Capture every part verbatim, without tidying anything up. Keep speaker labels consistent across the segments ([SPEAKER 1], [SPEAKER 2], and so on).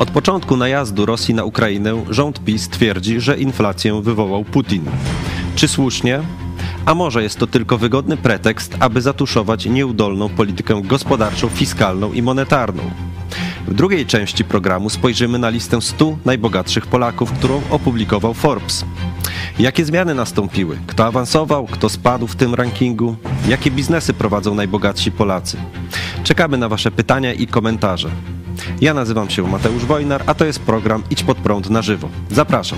[SPEAKER 1] Od początku najazdu Rosji na Ukrainę rząd PiS twierdzi, że inflację wywołał Putin. Czy słusznie? A może jest to tylko wygodny pretekst, aby zatuszować nieudolną politykę gospodarczą, fiskalną i monetarną? W drugiej części programu spojrzymy na listę stu najbogatszych Polaków, którą opublikował Forbes. Jakie zmiany nastąpiły? Kto awansował? Kto spadł w tym rankingu? Jakie biznesy prowadzą najbogatsi Polacy? Czekamy na Wasze pytania i komentarze. Ja nazywam się Mateusz Wojnar, a to jest program Idź Pod Prąd na żywo. Zapraszam.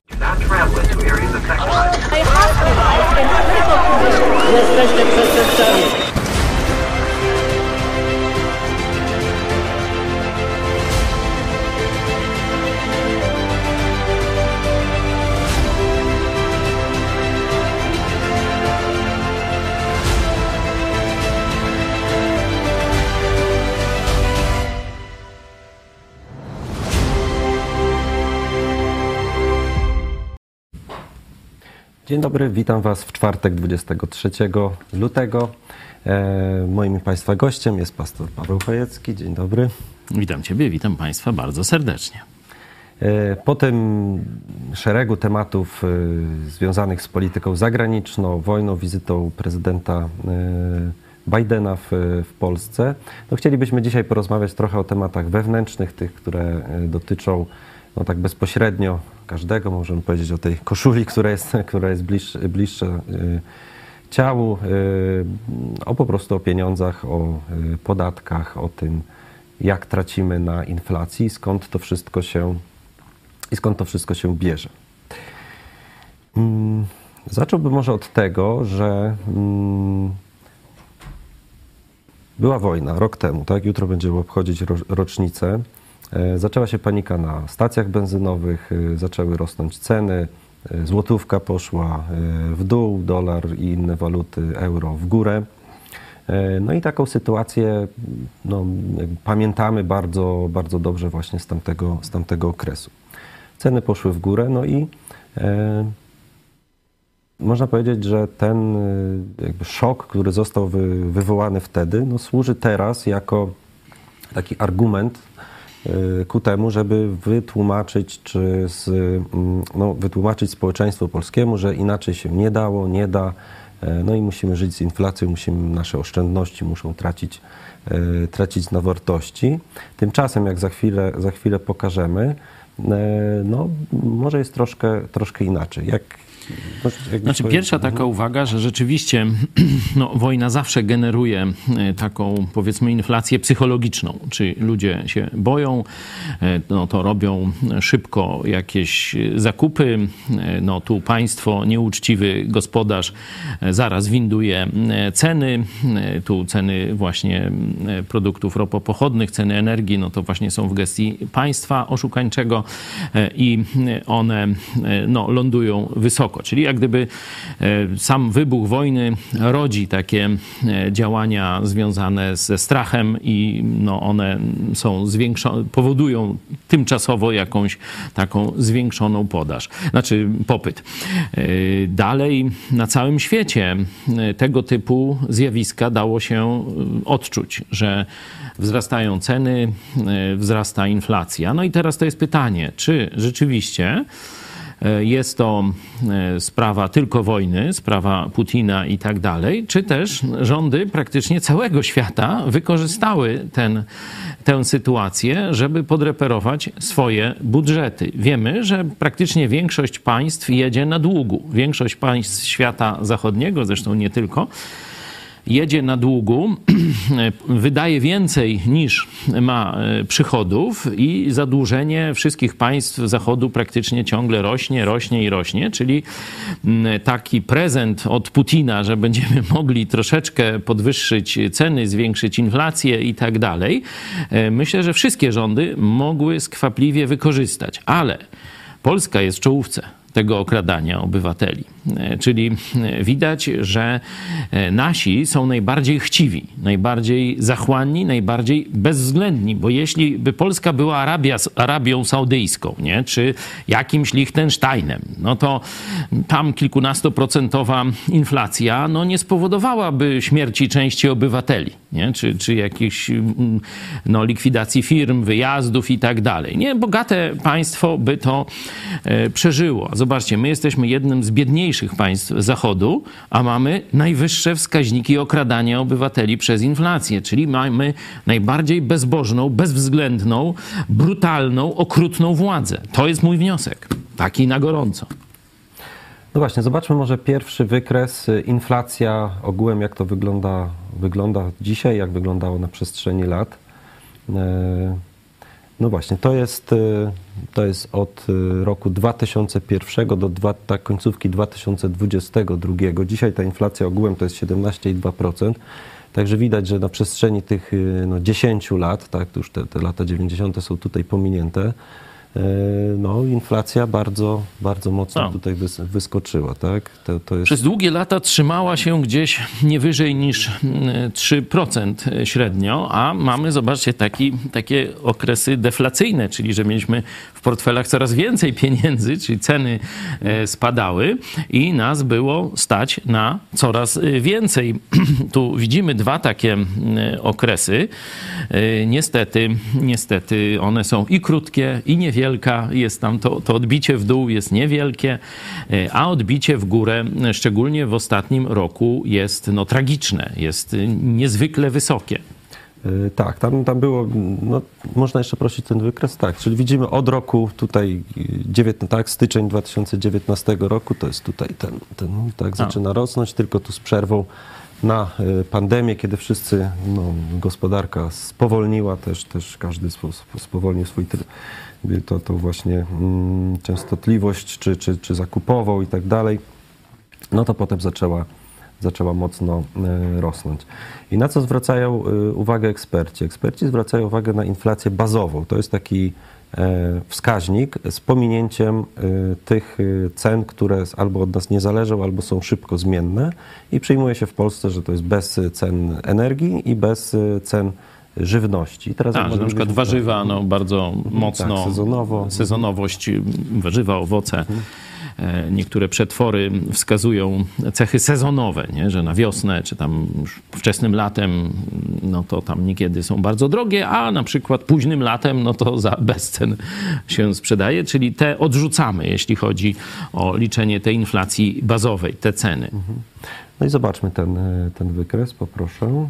[SPEAKER 2] Jesteście przestępcami.
[SPEAKER 1] Dzień dobry, witam Was w czwartek dwudziestego trzeciego lutego. E, moim Państwa gościem jest pastor Paweł Chojecki. Dzień dobry.
[SPEAKER 3] Witam Ciebie, witam Państwa bardzo serdecznie.
[SPEAKER 1] E, po tym szeregu tematów e, związanych z polityką zagraniczną, wojną, wizytą prezydenta e, Bidena w, w Polsce, no chcielibyśmy dzisiaj porozmawiać trochę o tematach wewnętrznych, tych, które e, dotyczą no tak bezpośrednio każdego, możemy powiedzieć o tej koszuli, która jest, która jest bliższa, bliższa y, ciału, y, o po prostu o pieniądzach, o y, podatkach, o tym, jak tracimy na inflacji, skąd to wszystko się i skąd to wszystko się bierze. Mm, zacząłbym może od tego, że mm, była wojna rok temu, tak? Jutro będziemy obchodzić ro, rocznicę. Zaczęła się panika na stacjach benzynowych, zaczęły rosnąć ceny, złotówka poszła w dół, dolar i inne waluty, euro w górę. No i taką sytuację no, pamiętamy bardzo, bardzo dobrze właśnie z tamtego, z tamtego okresu. Ceny poszły w górę, no i e, można powiedzieć, że ten jakby szok, który został wy, wywołany wtedy, no, służy teraz jako taki argument ku temu, żeby wytłumaczyć, czy z, no, wytłumaczyć społeczeństwu polskiemu, że inaczej się nie dało, nie da, no i musimy żyć z inflacją, musimy, nasze oszczędności muszą tracić, tracić na wartości. Tymczasem, jak za chwilę, za chwilę pokażemy, no może jest troszkę, troszkę inaczej. Jak,
[SPEAKER 3] Znaczy, pierwsza taka uwaga, że rzeczywiście no, wojna zawsze generuje taką, powiedzmy, inflację psychologiczną. Czy ludzie się boją, no to robią szybko jakieś zakupy. No tu państwo, nieuczciwy gospodarz zaraz winduje ceny. Tu ceny właśnie produktów ropopochodnych, ceny energii, no to właśnie są w gestii państwa oszukańczego i one no, lądują wysoko. Czyli jak gdyby sam wybuch wojny rodzi takie działania związane ze strachem i no one są zwiększone, powodują tymczasowo jakąś taką zwiększoną podaż, znaczy popyt. Dalej na całym świecie tego typu zjawiska dało się odczuć, że wzrastają ceny, wzrasta inflacja. No i teraz to jest pytanie, czy rzeczywiście jest to sprawa tylko wojny, sprawa Putina i tak dalej, czy też rządy praktycznie całego świata wykorzystały ten, tę sytuację, żeby podreperować swoje budżety. Wiemy, że praktycznie większość państw jedzie na długu. Większość państw świata zachodniego, zresztą nie tylko, jedzie na długu, wydaje więcej niż ma przychodów i zadłużenie wszystkich państw Zachodu praktycznie ciągle rośnie, rośnie i rośnie, czyli taki prezent od Putina, że będziemy mogli troszeczkę podwyższyć ceny, zwiększyć inflację i tak dalej, myślę, że wszystkie rządy mogły skwapliwie wykorzystać, ale Polska jest w czołówce tego okradania obywateli. Czyli widać, że nasi są najbardziej chciwi, najbardziej zachłanni, najbardziej bezwzględni, bo jeśli by Polska była Arabia, Arabią Saudyjską, nie, czy jakimś Liechtensteinem, no to tam kilkunastoprocentowa inflacja no nie spowodowałaby śmierci części obywateli, nie, czy, czy jakiejś no, likwidacji firm, wyjazdów i tak dalej. Nie, bogate państwo by to e, przeżyło. Zobaczcie, my jesteśmy jednym z biedniejszych państw Zachodu, a mamy najwyższe wskaźniki okradania obywateli przez inflację, czyli mamy najbardziej bezbożną, bezwzględną, brutalną, okrutną władzę. To jest mój wniosek, taki na gorąco.
[SPEAKER 1] No właśnie, zobaczmy może pierwszy wykres. Inflacja ogółem, jak to wygląda, wygląda dzisiaj, jak wyglądało na przestrzeni lat. No właśnie, to jest, to jest od roku dwa tysiące pierwszego do dwa, tak, końcówki dwa tysiące dwudziestego drugiego. Dzisiaj ta inflacja ogółem to jest siedemnaście przecinek dwa procent. Także widać, że na przestrzeni tych no, dziesięciu lat, tak, to już te, te lata dziewięćdziesiąte są tutaj pominięte, no inflacja bardzo, bardzo mocno no. tutaj wys, wyskoczyła, tak? To, to jest...
[SPEAKER 3] Przez długie lata trzymała się gdzieś nie wyżej niż trzy procent średnio, a mamy, zobaczcie, taki, takie okresy deflacyjne, czyli że mieliśmy w portfelach coraz więcej pieniędzy, czyli ceny spadały i nas było stać na coraz więcej. Tu widzimy dwa takie okresy. Niestety, niestety one są i krótkie, i niewielkie. Jest tam to, to odbicie w dół jest niewielkie, a odbicie w górę, szczególnie w ostatnim roku, jest no, tragiczne, jest niezwykle wysokie.
[SPEAKER 1] Tak, tam, tam było, no, można jeszcze prosić ten wykres, tak, czyli widzimy od roku tutaj, dziewiętnastego, tak, styczeń dwa tysiące dziewiętnastego roku, to jest tutaj ten, ten tak, zaczyna a. rosnąć, tylko tu z przerwą na pandemię, kiedy wszyscy, no, gospodarka spowolniła, też, też każdy spowolnił swój tryb. To, to właśnie mm, częstotliwość, czy, czy, czy zakupową i tak dalej, no to potem zaczęła, zaczęła mocno y, rosnąć. I na co zwracają y, uwagę eksperci? Eksperci zwracają uwagę na inflację bazową. To jest taki y, wskaźnik z pominięciem y, tych y, cen, które albo od nas nie zależą, albo są szybko zmienne i przyjmuje się w Polsce, że to jest bez cen energii i bez y, cen żywności.
[SPEAKER 3] Teraz A, że na przykład warzywa, no bardzo mocno,
[SPEAKER 1] tak, sezonowo.
[SPEAKER 3] sezonowość, warzywa, owoce. Mhm. Niektóre przetwory wskazują cechy sezonowe, nie? Że na wiosnę, czy tam wczesnym latem, no to tam niekiedy są bardzo drogie, a na przykład późnym latem, no to za bezcen się sprzedaje, czyli te odrzucamy, jeśli chodzi o liczenie tej inflacji bazowej, te ceny. Mhm.
[SPEAKER 1] No i zobaczmy ten, ten wykres, poproszę.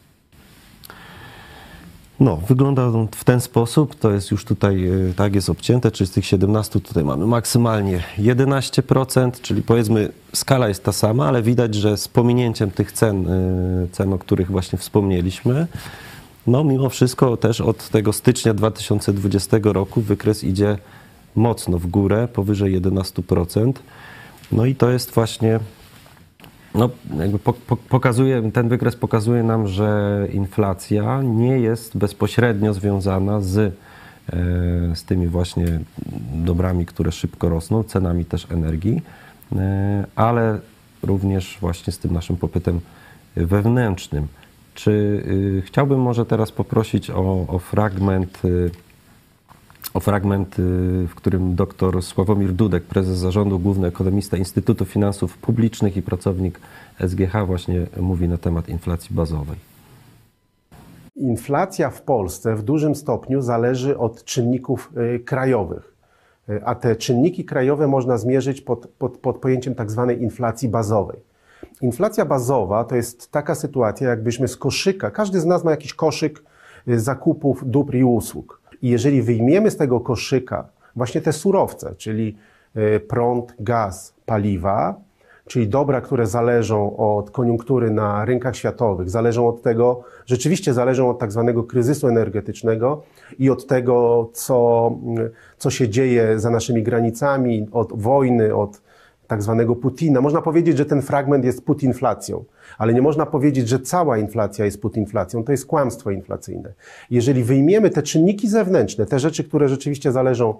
[SPEAKER 1] No, wygląda on w ten sposób, to jest już tutaj, tak jest obcięte, czyli z tych siedemnastu tutaj mamy maksymalnie jedenaście procent, czyli powiedzmy skala jest ta sama, ale widać, że z pominięciem tych cen, cen, o których właśnie wspomnieliśmy, no mimo wszystko też od tego stycznia dwa tysiące dwudziestego roku wykres idzie mocno w górę, powyżej jedenaście procent, no i to jest właśnie... No, jakby po, po, pokazuje, ten wykres pokazuje nam, że inflacja nie jest bezpośrednio związana z, e, z tymi właśnie dobrami, które szybko rosną, cenami też energii, e, ale również właśnie z tym naszym popytem wewnętrznym. Czy y, chciałbym może teraz poprosić o, o fragment, y, o fragment, y, w którym dr Sławomir Dudek, prezes zarządu, główny ekonomista Instytutu Finansów Publicznych i pracownik S G H właśnie mówi na temat inflacji bazowej.
[SPEAKER 4] Inflacja w Polsce w dużym stopniu zależy od czynników y, krajowych, y, a te czynniki krajowe można zmierzyć pod, pod, pod pojęciem tak zwanej inflacji bazowej. Inflacja bazowa to jest taka sytuacja, jakbyśmy z koszyka, każdy z nas ma jakiś koszyk y, zakupów, dóbr i usług. I jeżeli wyjmiemy z tego koszyka właśnie te surowce, czyli prąd, gaz, paliwa, czyli dobra, które zależą od koniunktury na rynkach światowych, zależą od tego, rzeczywiście zależą od tak zwanego kryzysu energetycznego i od tego, co, co się dzieje za naszymi granicami, od wojny, od tak zwanego Putina. Można powiedzieć, że ten fragment jest putinflacją, ale nie można powiedzieć, że cała inflacja jest putinflacją. To jest kłamstwo inflacyjne. Jeżeli wyjmiemy te czynniki zewnętrzne, te rzeczy, które rzeczywiście zależą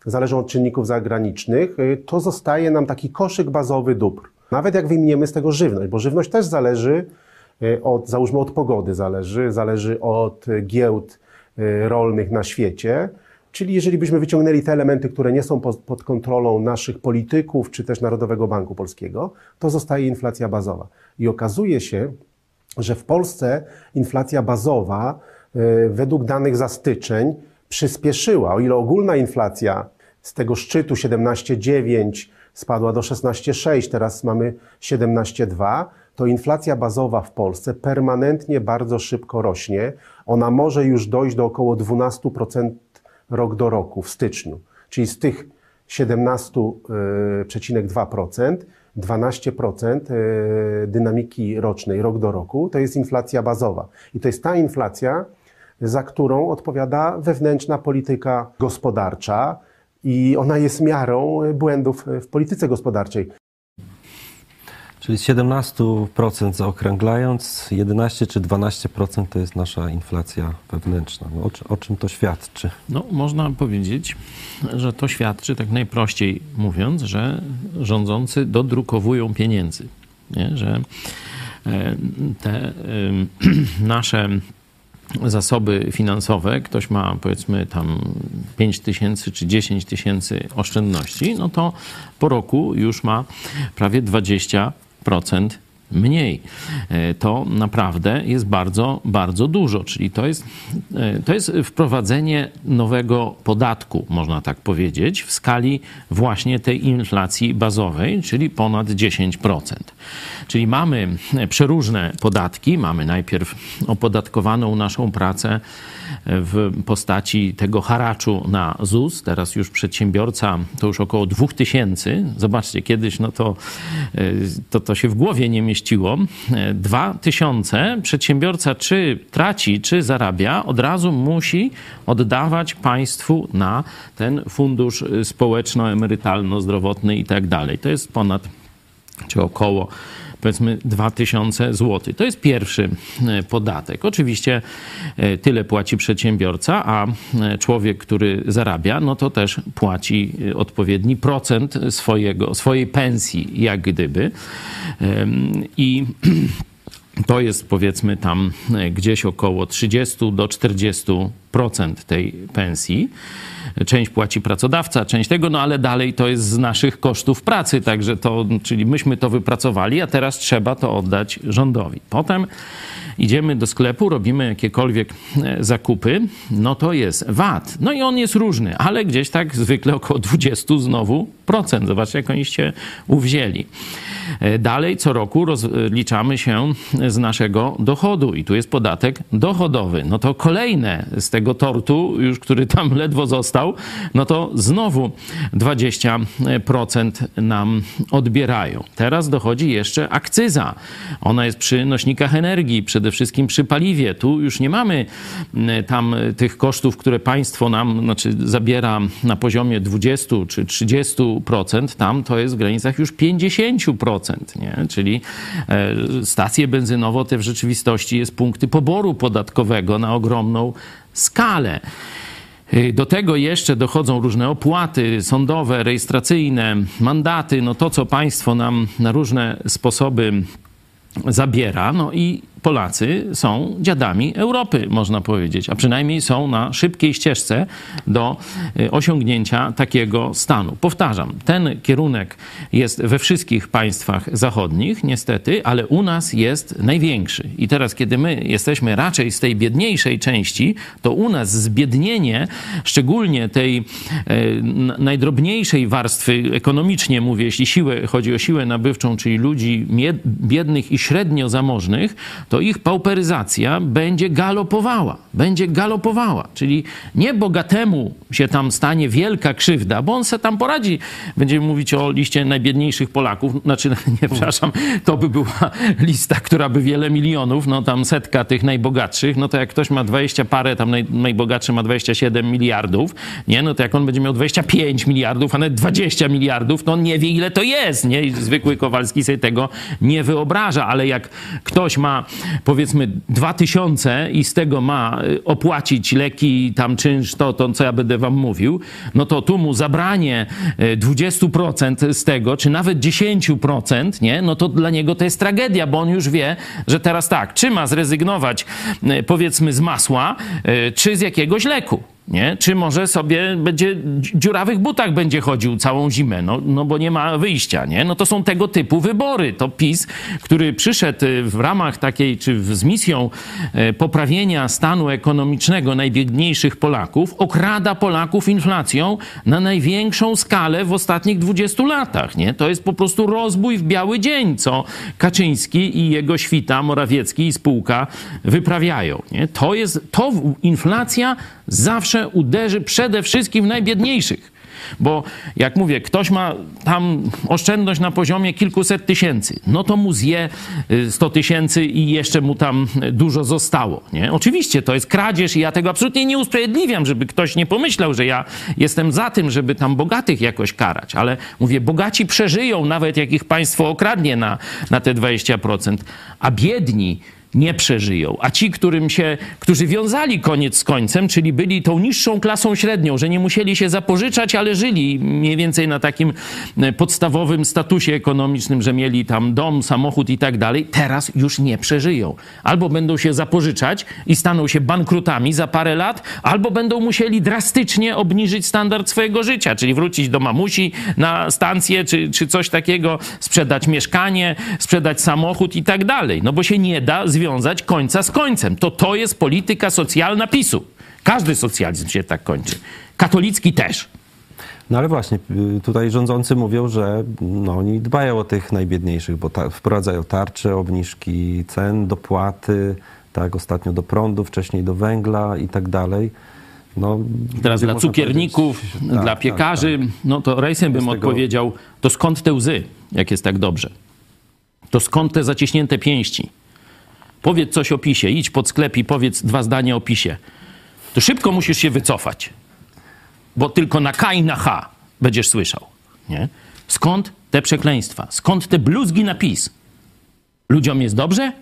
[SPEAKER 4] zależą od czynników zagranicznych, to zostaje nam taki koszyk bazowy dóbr. Nawet jak wyjmiemy z tego żywność, bo żywność też zależy od, załóżmy od pogody, zależy, zależy od giełd rolnych na świecie. Czyli jeżeli byśmy wyciągnęli te elementy, które nie są pod, pod kontrolą naszych polityków, czy też Narodowego Banku Polskiego, to zostaje inflacja bazowa. I okazuje się, że w Polsce inflacja bazowa według danych za styczeń przyspieszyła. O ile ogólna inflacja z tego szczytu siedemnaście przecinek dziewięć spadła do szesnaście przecinek sześć, teraz mamy siedemnaście przecinek dwa, to inflacja bazowa w Polsce permanentnie bardzo szybko rośnie. Ona może już dojść do około dwanaście procent rok do roku w styczniu. Czyli z tych siedemnaście przecinek dwa procent, dwanaście procent dynamiki rocznej rok do roku to jest inflacja bazowa. I to jest ta inflacja, za którą odpowiada wewnętrzna polityka gospodarcza i ona jest miarą błędów w polityce gospodarczej.
[SPEAKER 1] Czyli z siedemnaście procent zaokrąglając, jedenaście czy dwanaście procent to jest nasza inflacja wewnętrzna. No, o, o czym to świadczy?
[SPEAKER 3] No, można powiedzieć, że to świadczy, tak najprościej mówiąc, że rządzący dodrukowują pieniędzy. Nie? Że te nasze zasoby finansowe, ktoś ma powiedzmy tam pięć tysięcy czy dziesięć tysięcy oszczędności, no to po roku już ma prawie dwadzieścia procent mniej. To naprawdę jest bardzo, bardzo dużo. Czyli to jest, to jest wprowadzenie nowego podatku, można tak powiedzieć, w skali właśnie tej inflacji bazowej, czyli ponad dziesięć procent. Czyli mamy przeróżne podatki. Mamy najpierw opodatkowaną naszą pracę w postaci tego haraczu na Z U S. Teraz już przedsiębiorca to już około dwa tysiące. Zobaczcie, kiedyś no to, to, to się w głowie nie mieściło. Dwa tysiące przedsiębiorca czy traci, czy zarabia, od razu musi oddawać państwu na ten fundusz społeczno-emerytalno-zdrowotny i tak dalej. To jest ponad, czy około powiedzmy dwa tysiące złotych. To jest pierwszy podatek. Oczywiście tyle płaci przedsiębiorca, a człowiek, który zarabia, no to też płaci odpowiedni procent swojego, swojej pensji, jak gdyby. I to jest powiedzmy tam gdzieś około trzydzieści do czterdziestu procent tej pensji. Część płaci pracodawca, część tego, no ale dalej to jest z naszych kosztów pracy, także to, czyli myśmy to wypracowali, a teraz trzeba to oddać rządowi. Potem idziemy do sklepu, robimy jakiekolwiek zakupy, no to jest V A T. No i on jest różny, ale gdzieś tak zwykle około dwadzieścia znowu procent. Zobaczcie, jak oni się uwzięli. Dalej co roku rozliczamy się z naszego dochodu i tu jest podatek dochodowy. No to kolejne z tego tortu, już który tam ledwo został, no to znowu dwadzieścia procent nam odbierają. Teraz dochodzi jeszcze akcyza. Ona jest przy nośnikach energii, przede wszystkim przy paliwie. Tu już nie mamy tam tych kosztów, które państwo nam znaczy zabiera na poziomie dwadzieścia czy trzydzieści procent. Tam to jest w granicach już pięćdziesiąt procent. Nie? Czyli stacje benzynowe to w rzeczywistości jest punkty poboru podatkowego na ogromną skalę. Do tego jeszcze dochodzą różne opłaty sądowe, rejestracyjne, mandaty, no to co państwo nam na różne sposoby zabiera, no i Polacy są dziadami Europy, można powiedzieć, a przynajmniej są na szybkiej ścieżce do osiągnięcia takiego stanu. Powtarzam, ten kierunek jest we wszystkich państwach zachodnich, niestety, ale u nas jest największy. I teraz, kiedy my jesteśmy raczej z tej biedniejszej części, to u nas zbiednienie, szczególnie tej e, najdrobniejszej warstwy ekonomicznie, mówię, jeśli siłę, chodzi o siłę nabywczą, czyli ludzi biednych i średnio zamożnych, to ich pauperyzacja będzie galopowała. Będzie galopowała. Czyli nie bogatemu się tam stanie wielka krzywda, bo on se tam poradzi. Będziemy mówić o liście najbiedniejszych Polaków. Znaczy, nie, przepraszam, to by była lista, która by wiele milionów, no tam setka tych najbogatszych, no to jak ktoś ma dwadzieścia parę, tam naj, najbogatszy ma dwadzieścia siedem miliardów, nie? No to jak on będzie miał dwadzieścia pięć miliardów, a nawet dwadzieścia miliardów, to on nie wie, ile to jest, nie? I zwykły Kowalski sobie tego nie wyobraża, ale jak ktoś ma powiedzmy dwa tysiące i z tego ma opłacić leki, tam czynsz, to, to co ja będę wam mówił, no to tu mu zabranie dwadzieścia procent z tego, czy nawet dziesięć procent, nie? No to dla niego to jest tragedia, bo on już wie, że teraz tak, czy ma zrezygnować powiedzmy z masła, czy z jakiegoś leku. Nie? Czy może sobie będzie w dziurawych butach będzie chodził całą zimę, no, no bo nie ma wyjścia, nie? No to są tego typu wybory. To PiS, który przyszedł w ramach takiej, czy z misją poprawienia stanu ekonomicznego najbiedniejszych Polaków, okrada Polaków inflacją na największą skalę w ostatnich dwudziestu latach, nie? To jest po prostu rozbój w biały dzień, co Kaczyński i jego świta, Morawiecki i spółka wyprawiają, nie? To jest, to inflacja zawsze uderzy przede wszystkim w najbiedniejszych. Bo jak mówię, ktoś ma tam oszczędność na poziomie kilkuset tysięcy, no to mu zje sto tysięcy i jeszcze mu tam dużo zostało. Nie? Oczywiście to jest kradzież i ja tego absolutnie nie usprawiedliwiam, żeby ktoś nie pomyślał, że ja jestem za tym, żeby tam bogatych jakoś karać. Ale mówię, bogaci przeżyją, nawet jak ich państwo okradnie na, na te dwadzieścia procent, a biedni nie przeżyją. A ci, którym się, którzy wiązali koniec z końcem, czyli byli tą niższą klasą średnią, że nie musieli się zapożyczać, ale żyli mniej więcej na takim podstawowym statusie ekonomicznym, że mieli tam dom, samochód i tak dalej, teraz już nie przeżyją. Albo będą się zapożyczać i staną się bankrutami za parę lat, albo będą musieli drastycznie obniżyć standard swojego życia, czyli wrócić do mamusi na stację, czy, czy coś takiego, sprzedać mieszkanie, sprzedać samochód i tak dalej. No bo się nie da związać końca z końcem. To to jest polityka socjalna PiSu. Każdy socjalizm się tak kończy. Katolicki też.
[SPEAKER 1] No ale właśnie, tutaj rządzący mówią, że no, oni dbają o tych najbiedniejszych, bo ta, wprowadzają tarcze, obniżki cen, dopłaty, tak, ostatnio do prądu, wcześniej do węgla i tak dalej. No,
[SPEAKER 3] teraz dla cukierników, dla tak, piekarzy, tak, tak. No to rejsem bym tego... odpowiedział, to skąd te łzy, jak jest tak dobrze? To skąd te zaciśnięte pięści? Powiedz coś o PiSie, idź pod sklep i powiedz dwa zdania o PiSie. To szybko musisz się wycofać, bo tylko na K i na H będziesz słyszał. Nie? Skąd te przekleństwa? Skąd te bluzgi na PiS? Ludziom jest dobrze?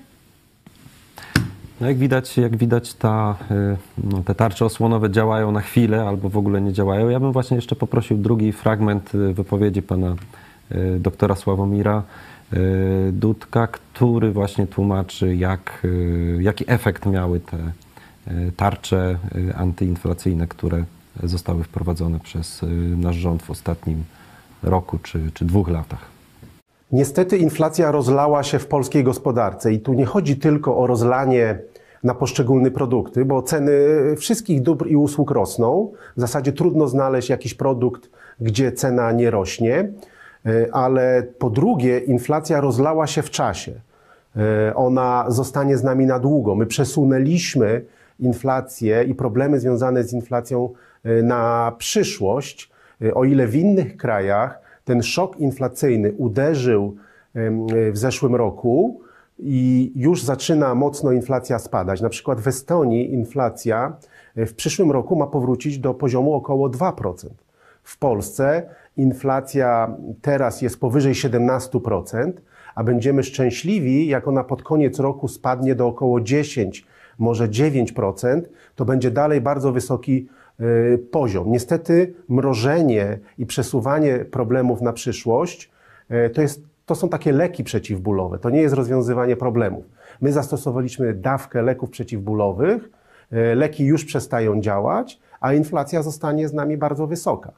[SPEAKER 1] No jak widać, jak widać ta, no, te tarcze osłonowe działają na chwilę albo w ogóle nie działają. Ja bym właśnie jeszcze poprosił drugi fragment wypowiedzi pana doktora Sławomira Dudka, który właśnie tłumaczy, jak, jaki efekt miały te tarcze antyinflacyjne, które zostały wprowadzone przez nasz rząd w ostatnim roku czy, czy dwóch latach.
[SPEAKER 4] Niestety inflacja rozlała się w polskiej gospodarce i tu nie chodzi tylko o rozlanie na poszczególne produkty, bo ceny wszystkich dóbr i usług rosną. W zasadzie trudno znaleźć jakiś produkt, gdzie cena nie rośnie. Ale po drugie, inflacja rozlała się w czasie. Ona zostanie z nami na długo. My przesunęliśmy inflację i problemy związane z inflacją na przyszłość. O ile w innych krajach ten szok inflacyjny uderzył w zeszłym roku i już zaczyna mocno inflacja spadać. Na przykład w Estonii inflacja w przyszłym roku ma powrócić do poziomu około dwa procent. W Polsce inflacja teraz jest powyżej siedemnaście procent, a będziemy szczęśliwi, jak ona pod koniec roku spadnie do około dziesięć, może dziewięć procent, to będzie dalej bardzo wysoki y, poziom. Niestety mrożenie i przesuwanie problemów na przyszłość y, to, jest, to są takie leki przeciwbólowe, to nie jest rozwiązywanie problemów. My zastosowaliśmy dawkę leków przeciwbólowych, y, leki już przestają działać, a inflacja zostanie z nami bardzo wysoka.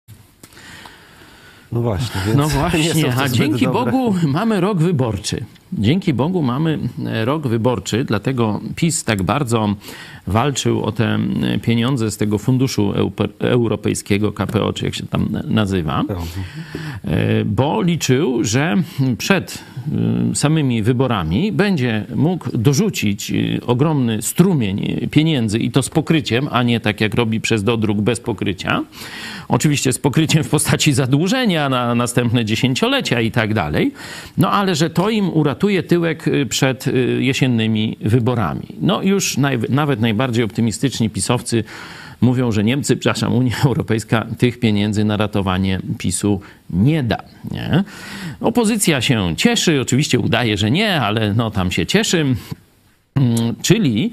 [SPEAKER 1] No właśnie, więc
[SPEAKER 3] no właśnie, a dzięki dobre. Bogu mamy rok wyborczy. Dzięki Bogu mamy rok wyborczy, dlatego PiS tak bardzo walczył o te pieniądze z tego funduszu europejskiego K P O, czy jak się tam nazywa, bo liczył, że przed samymi wyborami będzie mógł dorzucić ogromny strumień pieniędzy i to z pokryciem, a nie tak jak robi przez dodruk bez pokrycia. Oczywiście z pokryciem w postaci zadłużenia na następne dziesięciolecia i tak dalej. No ale że to im uratuje tyłek przed jesiennymi wyborami. No już naj, nawet najbardziej optymistyczni pisowcy mówią, że Niemcy, przepraszam, Unia Europejska tych pieniędzy na ratowanie PiSu nie da. Nie? Opozycja się cieszy, oczywiście udaje, że nie, ale no tam się cieszy. Czyli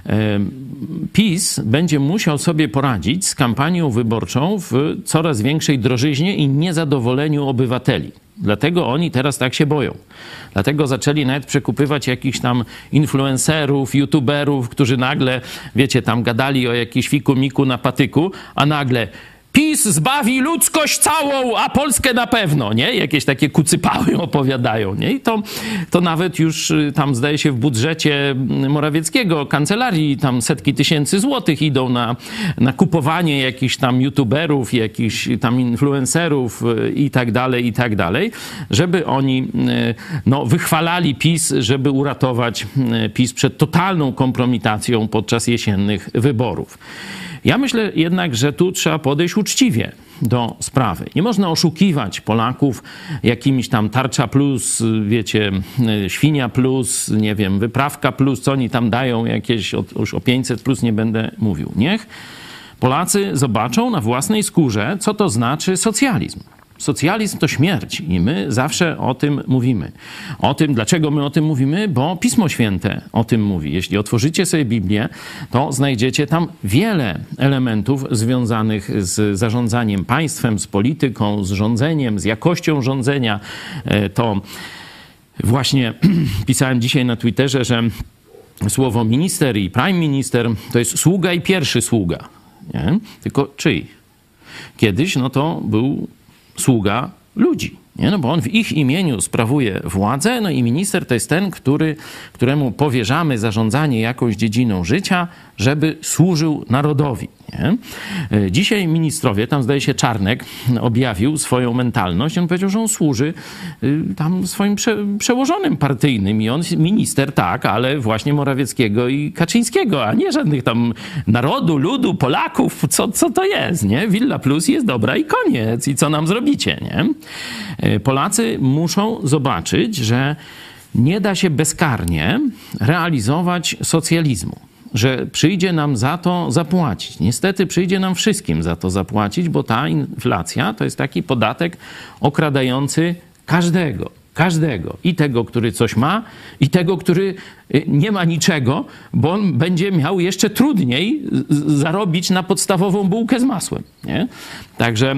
[SPEAKER 3] PiS będzie musiał sobie poradzić z kampanią wyborczą w coraz większej drożyźnie i niezadowoleniu obywateli. Dlatego oni teraz tak się boją. Dlatego zaczęli nawet przekupywać jakichś tam influencerów, youtuberów, którzy nagle, wiecie, tam gadali o jakiś fiku miku na patyku, a nagle PiS zbawi ludzkość całą, a Polskę na pewno, nie? Jakieś takie kucypały opowiadają, nie? I to, to nawet już tam, zdaje się, w budżecie Morawieckiego, kancelarii, tam setki tysięcy złotych idą na, na kupowanie jakichś tam youtuberów, jakichś tam influencerów i tak dalej, i tak dalej, żeby oni no, wychwalali PiS, żeby uratować PiS przed totalną kompromitacją podczas jesiennych wyborów. Ja myślę jednak, że tu trzeba podejść uczciwie do sprawy. Nie można oszukiwać Polaków jakimiś tam tarcza plus, wiecie, świnia plus, nie wiem, wyprawka plus, co oni tam dają, jakieś, już o pięćset plus nie będę mówił. Niech Polacy zobaczą na własnej skórze, co to znaczy socjalizm. Socjalizm to śmierć i my zawsze o tym mówimy. O tym, dlaczego my o tym mówimy? Bo Pismo Święte o tym mówi. Jeśli otworzycie sobie Biblię, to znajdziecie tam wiele elementów związanych z zarządzaniem państwem, z polityką, z rządzeniem, z jakością rządzenia. To właśnie pisałem dzisiaj na Twitterze, że słowo minister i prime minister to jest sługa i pierwszy sługa. Nie? Tylko czyj? Kiedyś no to był sługa ludzi, nie? No bo on w ich imieniu sprawuje władzę, no i minister to jest ten, który, któremu powierzamy zarządzanie jakąś dziedziną życia, żeby służył narodowi. Nie? Dzisiaj ministrowie, tam zdaje się Czarnek objawił swoją mentalność, on powiedział, że on służy tam swoim prze, przełożonym partyjnym i on minister, tak, ale właśnie Morawieckiego i Kaczyńskiego, a nie żadnych tam narodu, ludu, Polaków, co, co to jest, nie? Villa Plus jest dobra i koniec. I co nam zrobicie, nie? Polacy muszą zobaczyć, że nie da się bezkarnie realizować socjalizmu. Że przyjdzie nam za to zapłacić. Niestety przyjdzie nam wszystkim za to zapłacić, bo ta inflacja to jest taki podatek okradający każdego. Każdego. I tego, który coś ma, i tego, który nie ma niczego, bo on będzie miał jeszcze trudniej zarobić na podstawową bułkę z masłem. Nie? Także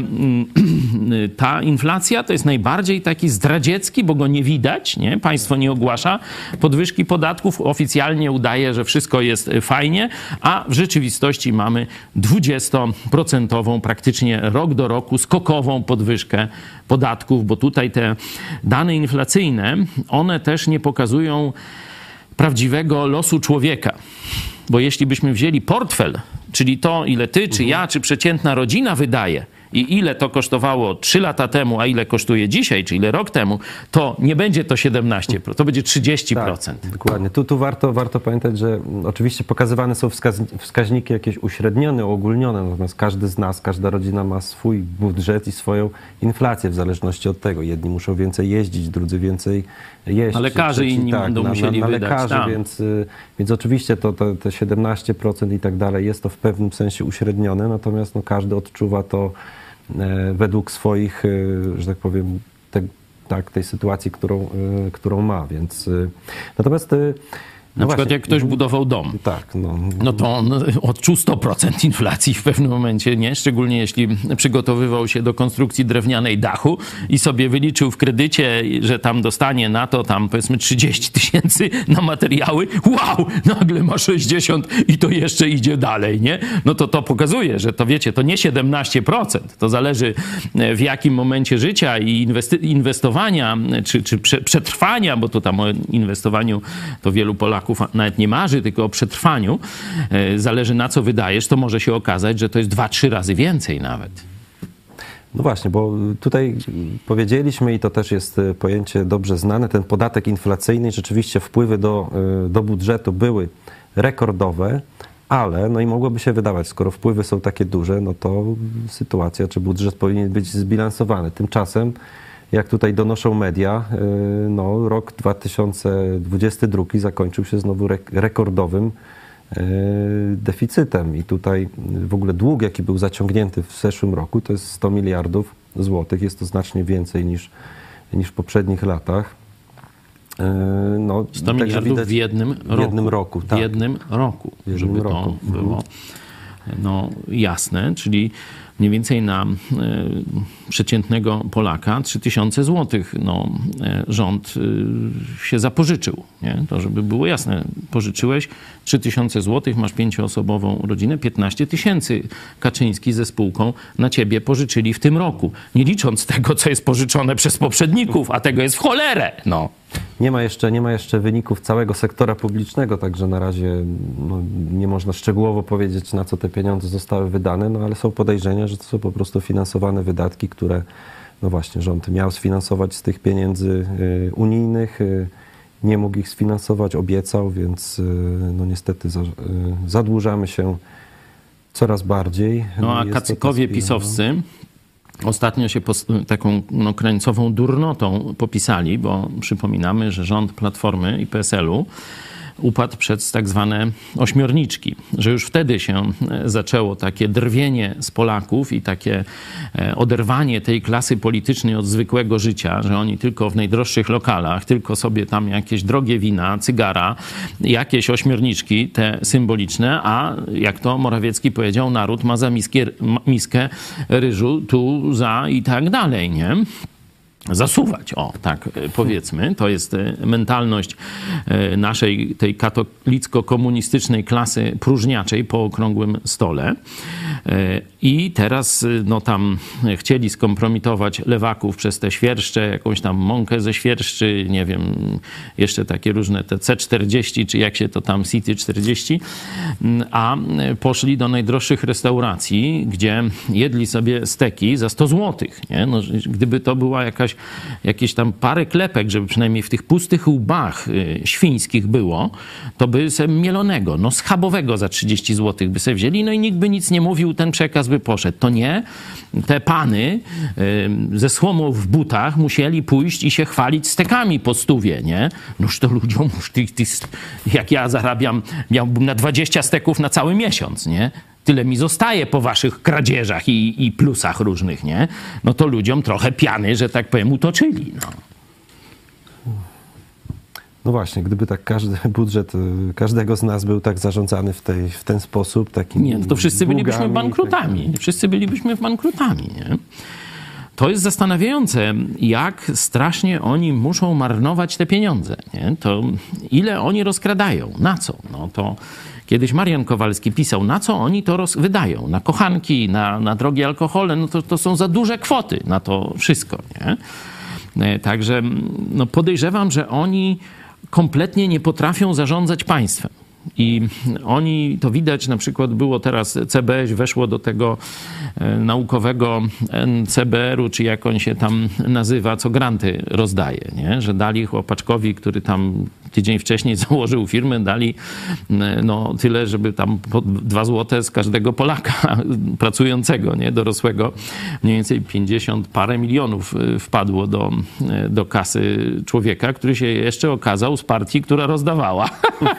[SPEAKER 3] ta inflacja to jest najbardziej taki zdradziecki, bo go nie widać, nie? Państwo nie ogłasza podwyżki podatków, oficjalnie udaje, że wszystko jest fajnie, a w rzeczywistości mamy dwudziestoprocentową praktycznie rok do roku skokową podwyżkę podatków, bo tutaj te dane inflacyjne, one też nie pokazują prawdziwego losu człowieka. Bo jeśli byśmy wzięli portfel, czyli to, ile ty, czy ja, czy przeciętna rodzina wydaje i ile to kosztowało trzy lata temu, a ile kosztuje dzisiaj, czy ile rok temu, to nie będzie to siedemnaście procent, to będzie trzydzieści procent.
[SPEAKER 1] Tak, dokładnie. Tu, tu warto, warto pamiętać, że oczywiście pokazywane są wskaz wskaźniki jakieś uśrednione, uogólnione, natomiast każdy z nas, każda rodzina ma swój budżet i swoją inflację w zależności od tego. Jedni muszą więcej jeździć, drudzy więcej jeść.
[SPEAKER 3] A lekarze
[SPEAKER 1] trzeci,
[SPEAKER 3] inni
[SPEAKER 1] tak,
[SPEAKER 3] będą
[SPEAKER 1] na,
[SPEAKER 3] musieli
[SPEAKER 1] na, na
[SPEAKER 3] wydać.
[SPEAKER 1] lekarzy,
[SPEAKER 3] Tak.
[SPEAKER 1] więc, więc oczywiście to, to, te siedemnaście procent i tak dalej jest to w pewnym sensie uśrednione, natomiast no, każdy odczuwa to według swoich, że tak powiem, te, tak, tej sytuacji, którą, którą ma, więc natomiast
[SPEAKER 3] Na no przykład właśnie, jak ktoś budował dom,
[SPEAKER 1] tak, no.
[SPEAKER 3] no to on odczuł sto procent inflacji w pewnym momencie, nie? Szczególnie jeśli przygotowywał się do konstrukcji drewnianej dachu i sobie wyliczył w kredycie, że tam dostanie na to tam powiedzmy trzydzieści tysięcy na materiały. Wow! Nagle ma sześćdziesiąt i to jeszcze idzie dalej, nie? No to to pokazuje, że to wiecie, to nie siedemnaście procent. To zależy w jakim momencie życia i inwestowania, czy, czy przetrwania, bo to tam o inwestowaniu to wielu Polaków nawet nie marzy, tylko o przetrwaniu, zależy na co wydajesz, to może się okazać, że to jest dwa, trzy razy więcej nawet.
[SPEAKER 1] No właśnie, bo tutaj powiedzieliśmy i to też jest pojęcie dobrze znane, ten podatek inflacyjny, rzeczywiście wpływy do, do budżetu były rekordowe, ale no i mogłoby się wydawać, skoro wpływy są takie duże, no to sytuacja czy budżet powinien być zbilansowany. Tymczasem jak tutaj donoszą media, no, rok dwa tysiące dwudziesty drugi zakończył się znowu rekordowym deficytem i tutaj w ogóle dług, jaki był zaciągnięty w zeszłym roku, to jest sto miliardów złotych. Jest to znacznie więcej niż, niż w poprzednich latach. No No,
[SPEAKER 3] sto miliardów w jednym roku.
[SPEAKER 1] W jednym roku, tak.
[SPEAKER 3] W jednym roku,
[SPEAKER 1] w jednym
[SPEAKER 3] żeby
[SPEAKER 1] roku.
[SPEAKER 3] to było no, jasne, czyli mniej więcej na y, przeciętnego Polaka trzy tysiące złotych no, y, rząd y, się zapożyczył. Nie? To żeby było jasne, pożyczyłeś trzy tysiące złotych, masz pięcioosobową rodzinę, piętnaście tysięcy Kaczyński ze spółką na ciebie pożyczyli w tym roku. Nie licząc tego, co jest pożyczone przez poprzedników, a tego jest w cholerę. No.
[SPEAKER 1] Nie ma jeszcze, nie ma jeszcze wyników całego sektora publicznego, także na razie no, nie można szczegółowo powiedzieć, na co te pieniądze zostały wydane, no ale są podejrzenia, że to są po prostu finansowane wydatki, które no właśnie rząd miał sfinansować z tych pieniędzy y, unijnych, y, nie mógł ich sfinansować, obiecał, więc y, no niestety za, y, zadłużamy się coraz bardziej.
[SPEAKER 3] No a
[SPEAKER 1] Jest
[SPEAKER 3] kacykowie
[SPEAKER 1] to
[SPEAKER 3] pisowscy ostatnio się pos- taką no, krańcową durnotą popisali, bo przypominamy, że rząd Platformy i P S L-u upadł przez tak zwane ośmiorniczki, że już wtedy się zaczęło takie drwienie z Polaków i takie oderwanie tej klasy politycznej od zwykłego życia, że oni tylko w najdroższych lokalach, tylko sobie tam jakieś drogie wina, cygara, jakieś ośmiorniczki, te symboliczne, a jak to Morawiecki powiedział, naród ma za miskę, miskę ryżu, tu za i tak dalej, nie? Zasuwać, o tak powiedzmy. To jest mentalność naszej tej katolicko-komunistycznej klasy próżniaczej po okrągłym stole. I teraz no tam chcieli skompromitować lewaków przez te świerszcze, jakąś tam mąkę ze świerszczy, nie wiem, jeszcze takie różne te C czterdzieści, czy jak się to tam City czterdzieści, a poszli do najdroższych restauracji, gdzie jedli sobie steki za sto złotych. Nie? No, gdyby to była jakaś jakieś tam parę klepek, żeby przynajmniej w tych pustych łbach y, świńskich było, to by se mielonego, no schabowego za trzydzieści złotych by se wzięli, no i nikt by nic nie mówił, ten przekaz by poszedł. To nie, te pany y, ze słomą w butach musieli pójść i się chwalić stekami po stówie, nie? Noż to ludziom, już ty, ty, jak ja zarabiam, miałbym na dwadzieścia steków na cały miesiąc, nie? Tyle mi zostaje po waszych kradzieżach i, i plusach różnych, nie? No to ludziom trochę piany, że tak powiem, utoczyli, no.
[SPEAKER 1] No właśnie, gdyby tak każdy budżet każdego z nas był tak zarządzany w, tej, w ten sposób, takim
[SPEAKER 3] Nie, no to wszyscy
[SPEAKER 1] długami,
[SPEAKER 3] bylibyśmy bankrutami.
[SPEAKER 1] tak.
[SPEAKER 3] Wszyscy bylibyśmy bankrutami, nie? To jest zastanawiające, jak strasznie oni muszą marnować te pieniądze, nie? To ile oni rozkradają, na co? No to kiedyś Marian Kowalski pisał, na co oni to roz- wydają? Na kochanki, na, na drogie alkohole, no to, to są za duże kwoty na to wszystko, nie? Także no podejrzewam, że oni kompletnie nie potrafią zarządzać państwem. I oni, to widać, na przykład było teraz, C B S weszło do tego e, naukowego N C B R-u, czy jak on się tam nazywa, co granty rozdaje, nie? Że dali chłopaczkowi, który tam tydzień wcześniej założył firmę, dali e, no, tyle, żeby tam po dwa złote z każdego Polaka pracującego, nie? Dorosłego. Mniej więcej pięćdziesiąt parę milionów wpadło do, do kasy człowieka, który się jeszcze okazał z partii, która rozdawała.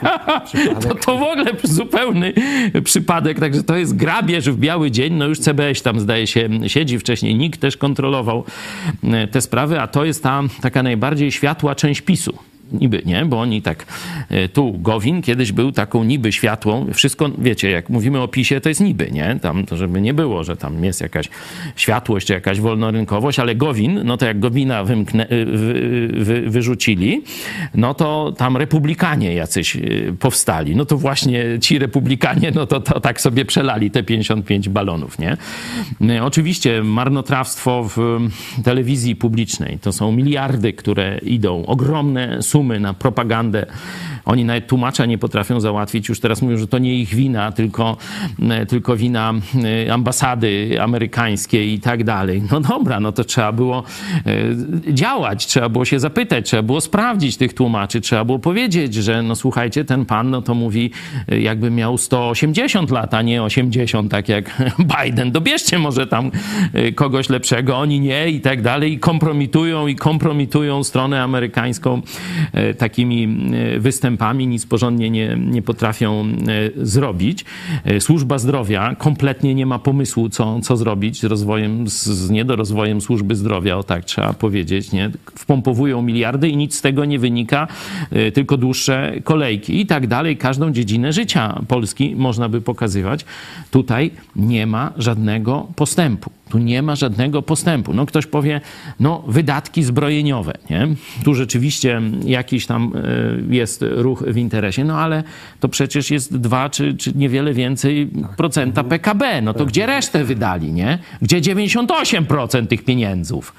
[SPEAKER 3] To, to w ogóle zupełny przypadek, także to jest grabież w biały dzień. No już C B S tam zdaje się siedzi, wcześniej NIK też kontrolował te sprawy, a to jest ta taka najbardziej światła część PiSu. Niby, nie? Bo oni tak, tu Gowin kiedyś był taką niby światłą, wszystko, wiecie, jak mówimy o PiSie, to jest niby, nie? Tam, to żeby nie było, że tam jest jakaś światłość, czy jakaś wolnorynkowość, ale Gowin, no to jak Gowina wymknę, wy, wy, wyrzucili, no to tam republikanie jacyś powstali. No to właśnie ci republikanie, no to, to tak sobie przelali te pięćdziesiąt pięć balonów, nie? Oczywiście marnotrawstwo w telewizji publicznej, to są miliardy, które idą, ogromne sumy na propagandę. Oni nawet tłumacza nie potrafią załatwić. Już teraz mówią, że to nie ich wina, tylko, tylko wina ambasady amerykańskiej i tak dalej. No dobra, no to trzeba było działać, trzeba było się zapytać, trzeba było sprawdzić tych tłumaczy, trzeba było powiedzieć, że no słuchajcie, ten pan no to mówi jakby miał sto osiemdziesiąt lat, a nie osiemdziesiąt, tak jak Biden. Dobierzcie może tam kogoś lepszego, oni nie i tak dalej. I kompromitują i kompromitują stronę amerykańską takimi występami tempami, nic porządnie nie, nie potrafią zrobić. Służba zdrowia kompletnie nie ma pomysłu, co, co zrobić z rozwojem, z, z niedorozwojem służby zdrowia, o tak trzeba powiedzieć, nie? Wpompowują miliardy i nic z tego nie wynika, tylko dłuższe kolejki i tak dalej. Każdą dziedzinę życia Polski można by pokazywać. Tutaj nie ma żadnego postępu. Tu nie ma żadnego postępu. No ktoś powie, no wydatki zbrojeniowe, nie? Tu rzeczywiście jakiś tam jest ruch w interesie, no ale to przecież jest dwa czy, czy niewiele więcej procenta P K B. No to gdzie resztę wydali, nie? Gdzie dziewięćdziesiąt osiem procent tych pieniędzów?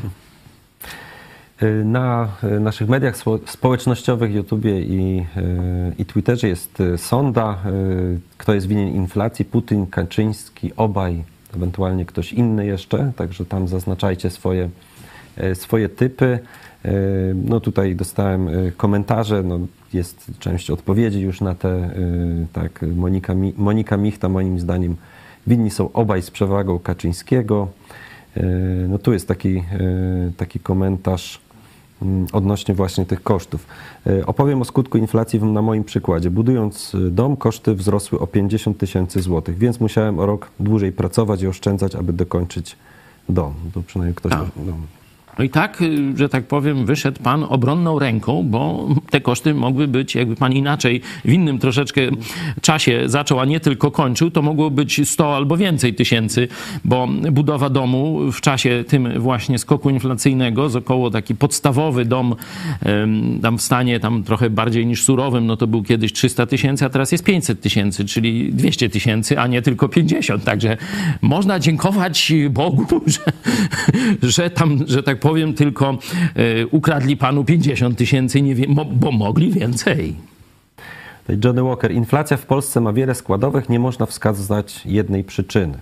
[SPEAKER 1] Na naszych mediach społecznościowych, YouTubie i, i Twitterze jest sonda, kto jest winien inflacji, Putin, Kaczyński, obaj, ewentualnie ktoś inny jeszcze, także tam zaznaczajcie swoje, swoje typy. No tutaj dostałem komentarze, no jest część odpowiedzi już na te, tak, Monika, Monika Michta moim zdaniem winni są obaj z przewagą Kaczyńskiego. No tu jest taki, taki komentarz odnośnie właśnie tych kosztów. Opowiem o skutku inflacji na moim przykładzie. Budując dom, koszty wzrosły o pięćdziesiąt tysięcy złotych, więc musiałem o rok dłużej pracować i oszczędzać, aby dokończyć dom. To przynajmniej ktoś... No.
[SPEAKER 3] No i tak, że tak powiem, wyszedł pan obronną ręką, bo te koszty mogły być, jakby pan inaczej w innym troszeczkę czasie zaczął, a nie tylko kończył, to mogło być sto albo więcej tysięcy, bo budowa domu w czasie tym właśnie skoku inflacyjnego z około taki podstawowy dom tam w stanie tam trochę bardziej niż surowym, no to był kiedyś trzysta tysięcy, a teraz jest pięćset tysięcy, czyli dwieście tysięcy, a nie tylko pięćdziesiąt. Także można dziękować Bogu, że, że tam, że tak powiem, tylko y, ukradli panu pięćdziesiąt tysięcy, nie wiem, bo mogli więcej.
[SPEAKER 1] Johnny Walker, inflacja w Polsce ma wiele składowych, nie można wskazać jednej przyczyny.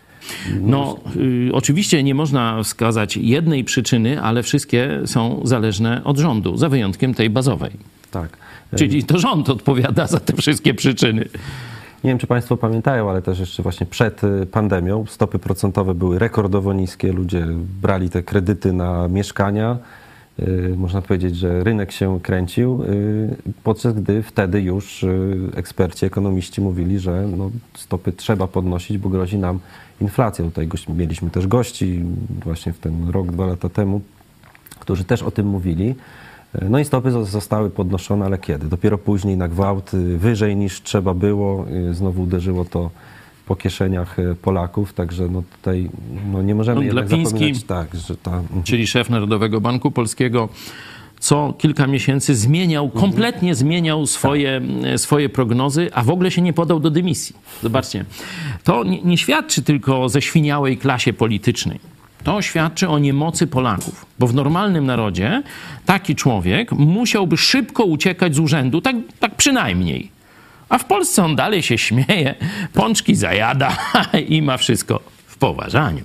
[SPEAKER 3] No, y, oczywiście nie można wskazać jednej przyczyny, ale wszystkie są zależne od rządu, za wyjątkiem tej bazowej.
[SPEAKER 1] Tak.
[SPEAKER 3] Czyli to rząd odpowiada za te wszystkie przyczyny.
[SPEAKER 1] Nie wiem, czy państwo pamiętają, ale też jeszcze właśnie przed pandemią stopy procentowe były rekordowo niskie. Ludzie brali te kredyty na mieszkania. Można powiedzieć, że rynek się kręcił, podczas gdy wtedy już eksperci, ekonomiści mówili, że no, stopy trzeba podnosić, bo grozi nam inflacja. Tutaj mieliśmy też gości właśnie w ten rok, dwa lata temu, którzy też o tym mówili. No i stopy zostały podnoszone, ale kiedy? Dopiero później na gwałt, wyżej niż trzeba było. Znowu uderzyło to po kieszeniach Polaków, także no tutaj no nie możemy
[SPEAKER 3] no,
[SPEAKER 1] jednak
[SPEAKER 3] Glapiński,
[SPEAKER 1] zapominać, tak, że ta...
[SPEAKER 3] czyli szef Narodowego Banku Polskiego, co kilka miesięcy zmieniał, kompletnie zmieniał swoje, swoje prognozy, a w ogóle się nie podał do dymisji. Zobaczcie, to nie, nie świadczy tylko o zeświniałej klasie politycznej. To świadczy o niemocy Polaków, bo w normalnym narodzie taki człowiek musiałby szybko uciekać z urzędu, tak, tak przynajmniej. A w Polsce on dalej się śmieje, pączki zajada i ma wszystko w poważaniu.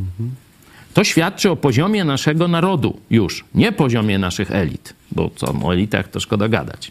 [SPEAKER 3] To świadczy o poziomie naszego narodu już, nie poziomie naszych elit, bo co o elitach to szkoda gadać.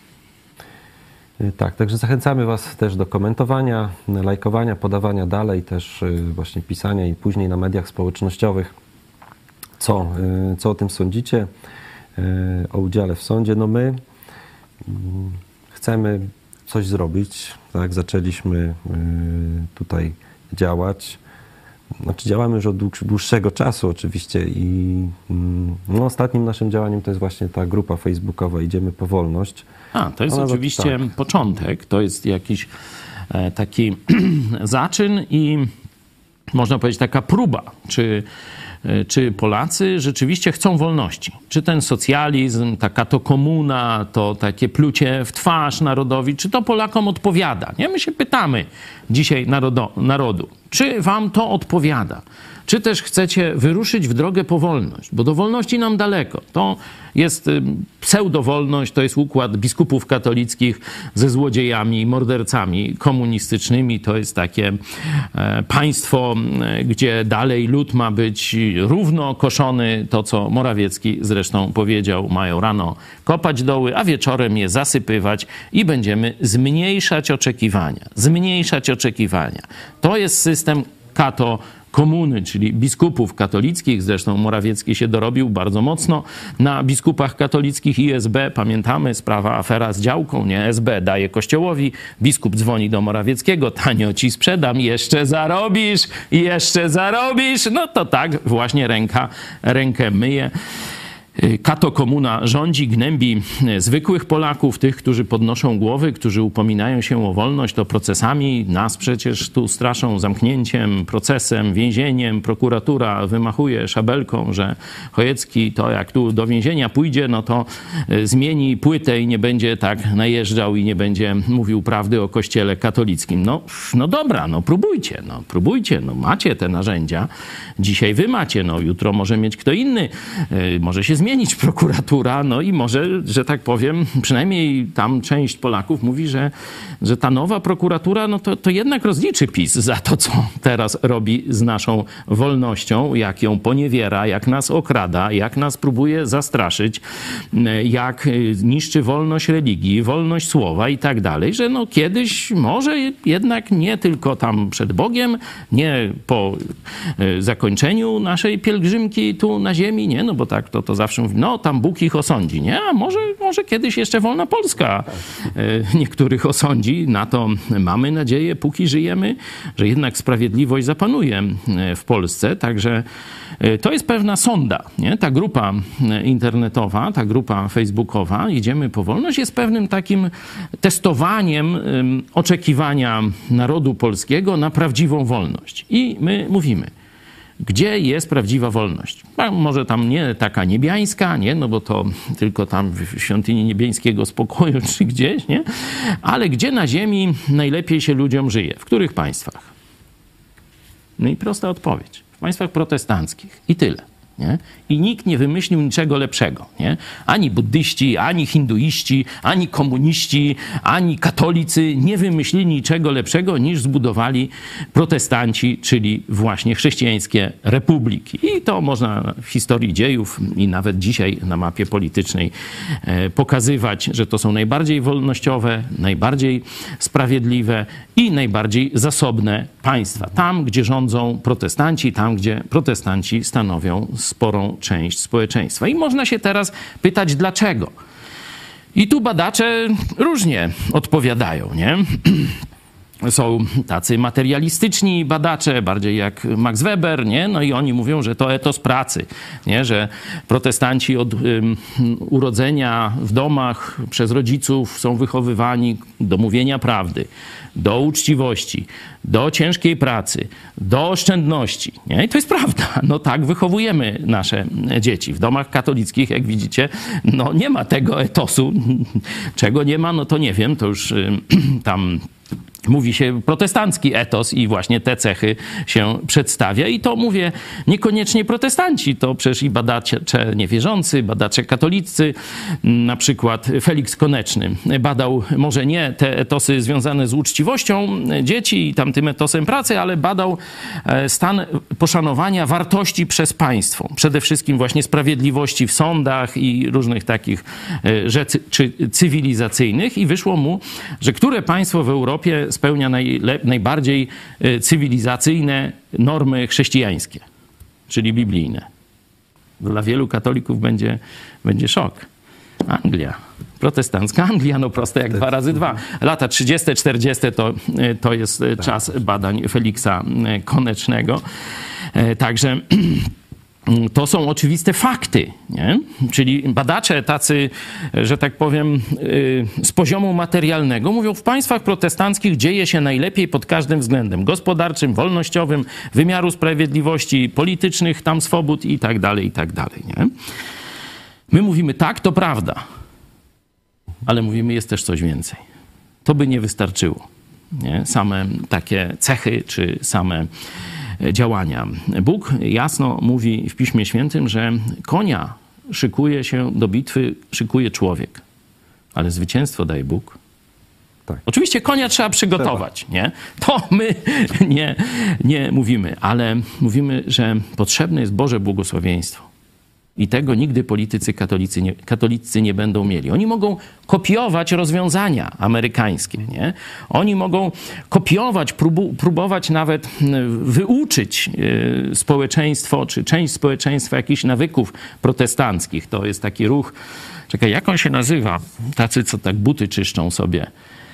[SPEAKER 1] Tak, także zachęcamy was też do komentowania, lajkowania, podawania dalej, też właśnie pisania i później na mediach społecznościowych, co, co o tym sądzicie, o udziale w sądzie. No my chcemy coś zrobić, tak, zaczęliśmy tutaj działać. Znaczy działamy już od dłuższego czasu oczywiście i no, ostatnim naszym działaniem to jest właśnie ta grupa facebookowa Idziemy po wolność.
[SPEAKER 3] A, to jest
[SPEAKER 1] Ona
[SPEAKER 3] oczywiście
[SPEAKER 1] tak.
[SPEAKER 3] początek, to jest jakiś e, taki zaczyn i można powiedzieć taka próba, czy, e, czy Polacy rzeczywiście chcą wolności. Czy ten socjalizm, taka to komuna, to takie plucie w twarz narodowi, czy to Polakom odpowiada? Nie? My się pytamy dzisiaj narodo, narodu, czy wam to odpowiada? Czy też chcecie wyruszyć w drogę po wolność? Bo do wolności nam daleko. To jest pseudowolność, to jest układ biskupów katolickich ze złodziejami, mordercami komunistycznymi. To jest takie państwo, gdzie dalej lud ma być równo koszony. To, co Morawiecki zresztą powiedział, mają rano kopać doły, a wieczorem je zasypywać i będziemy zmniejszać oczekiwania. Zmniejszać oczekiwania. To jest system kato komuny, czyli biskupów katolickich. Zresztą Morawiecki się dorobił bardzo mocno na biskupach katolickich i S B. Pamiętamy, sprawa, afera z działką, nie? S B daje Kościołowi, biskup dzwoni do Morawieckiego, tanio ci sprzedam, jeszcze zarobisz, jeszcze zarobisz. No to tak właśnie ręka rękę myje. Kato komuna rządzi, gnębi zwykłych Polaków, tych, którzy podnoszą głowy, którzy upominają się o wolność, to procesami. Nas przecież tu straszą zamknięciem, procesem, więzieniem. Prokuratura wymachuje szabelką, że Chojecki to jak tu do więzienia pójdzie, no to zmieni płytę i nie będzie tak najeżdżał i nie będzie mówił prawdy o Kościele katolickim. No, no dobra, no próbujcie, no próbujcie, no macie te narzędzia. Dzisiaj wy macie, no jutro może mieć kto inny, może się zmienić prokuratura, no i może, że tak powiem, przynajmniej tam część Polaków mówi, że, że ta nowa prokuratura, no to, to jednak rozliczy PiS za to, co teraz robi z naszą wolnością, jak ją poniewiera, jak nas okrada, jak nas próbuje zastraszyć, jak niszczy wolność religii, wolność słowa i tak dalej, że no kiedyś może jednak nie tylko tam przed Bogiem, nie po zakończeniu naszej pielgrzymki tu na ziemi, nie, no bo tak to, to zawsze mówi, no tam Bóg ich osądzi, nie? A może, może kiedyś jeszcze wolna Polska niektórych osądzi. Na to mamy nadzieję, póki żyjemy, że jednak sprawiedliwość zapanuje w Polsce. Także to jest pewna sonda, nie? Ta grupa internetowa, ta grupa facebookowa, Idziemy po wolność, jest pewnym takim testowaniem oczekiwania narodu polskiego na prawdziwą wolność. I my mówimy, gdzie jest prawdziwa wolność? A może tam nie taka niebiańska, nie? No bo to tylko tam w świątyni niebiańskiego spokoju czy gdzieś, nie? Ale gdzie na ziemi najlepiej się ludziom żyje? W których państwach? No i prosta odpowiedź. W państwach protestanckich. I tyle. Nie? I nikt nie wymyślił niczego lepszego. Nie? Ani buddyści, ani hinduiści, ani komuniści, ani katolicy nie wymyślili niczego lepszego niż zbudowali protestanci, czyli właśnie chrześcijańskie republiki. I to można w historii dziejów i nawet dzisiaj na mapie politycznej pokazywać, że to są najbardziej wolnościowe, najbardziej sprawiedliwe i najbardziej zasobne państwa. Tam, gdzie rządzą protestanci, tam, gdzie protestanci stanowią sporą część społeczeństwa. I można się teraz pytać, dlaczego? I tu badacze różnie odpowiadają, nie? Są tacy materialistyczni badacze, bardziej jak Max Weber, nie? No i oni mówią, że to etos pracy, nie? Że protestanci od um, urodzenia w domach przez rodziców są wychowywani do mówienia prawdy, do uczciwości, do ciężkiej pracy, do oszczędności. Nie? I to jest prawda. No tak wychowujemy nasze dzieci. W domach katolickich, jak widzicie, no nie ma tego etosu. Czego nie ma, no to nie wiem, to już y, tam mówi się protestancki etos i właśnie te cechy się przedstawia. I to mówię niekoniecznie protestanci, to przecież i badacze niewierzący, badacze katolicy, na przykład Felix Koneczny badał może nie te etosy związane z uczciwością dzieci i tamtym etosem pracy, ale badał stan poszanowania wartości przez państwo. Przede wszystkim właśnie sprawiedliwości w sądach i różnych takich rzeczy cywilizacyjnych i wyszło mu, że które państwo w Europie spełnia najle- najbardziej cywilizacyjne normy chrześcijańskie, czyli biblijne. Dla wielu katolików będzie, będzie szok. Anglia, protestancka Anglia, no proste jak dwa razy dwa. Lata trzydzieste, czterdzieste to, to jest czas badań Feliksa Konecznego. Także to są oczywiste fakty, nie? Czyli badacze tacy, że tak powiem, z poziomu materialnego mówią, w państwach protestanckich dzieje się najlepiej pod każdym względem gospodarczym, wolnościowym, wymiaru sprawiedliwości, politycznych tam swobód i tak dalej, i tak dalej, nie? My mówimy tak, to prawda, ale mówimy, jest też coś więcej. To by nie wystarczyło, nie? Same takie cechy czy same działania. Bóg jasno mówi w Piśmie Świętym, że konia szykuje się do bitwy, szykuje człowiek, ale zwycięstwo daje Bóg. Tak. Oczywiście konia trzeba przygotować, nie? To my nie, nie mówimy, ale mówimy, że potrzebne jest Boże błogosławieństwo. I tego nigdy politycy katolicy nie, katolicy nie będą mieli. Oni mogą kopiować rozwiązania amerykańskie, nie? Oni mogą kopiować, próbu, próbować nawet wyuczyć y, społeczeństwo, czy część społeczeństwa jakichś nawyków protestanckich. To jest taki ruch, czekaj, jak on się nazywa? Tacy, co tak buty czyszczą sobie.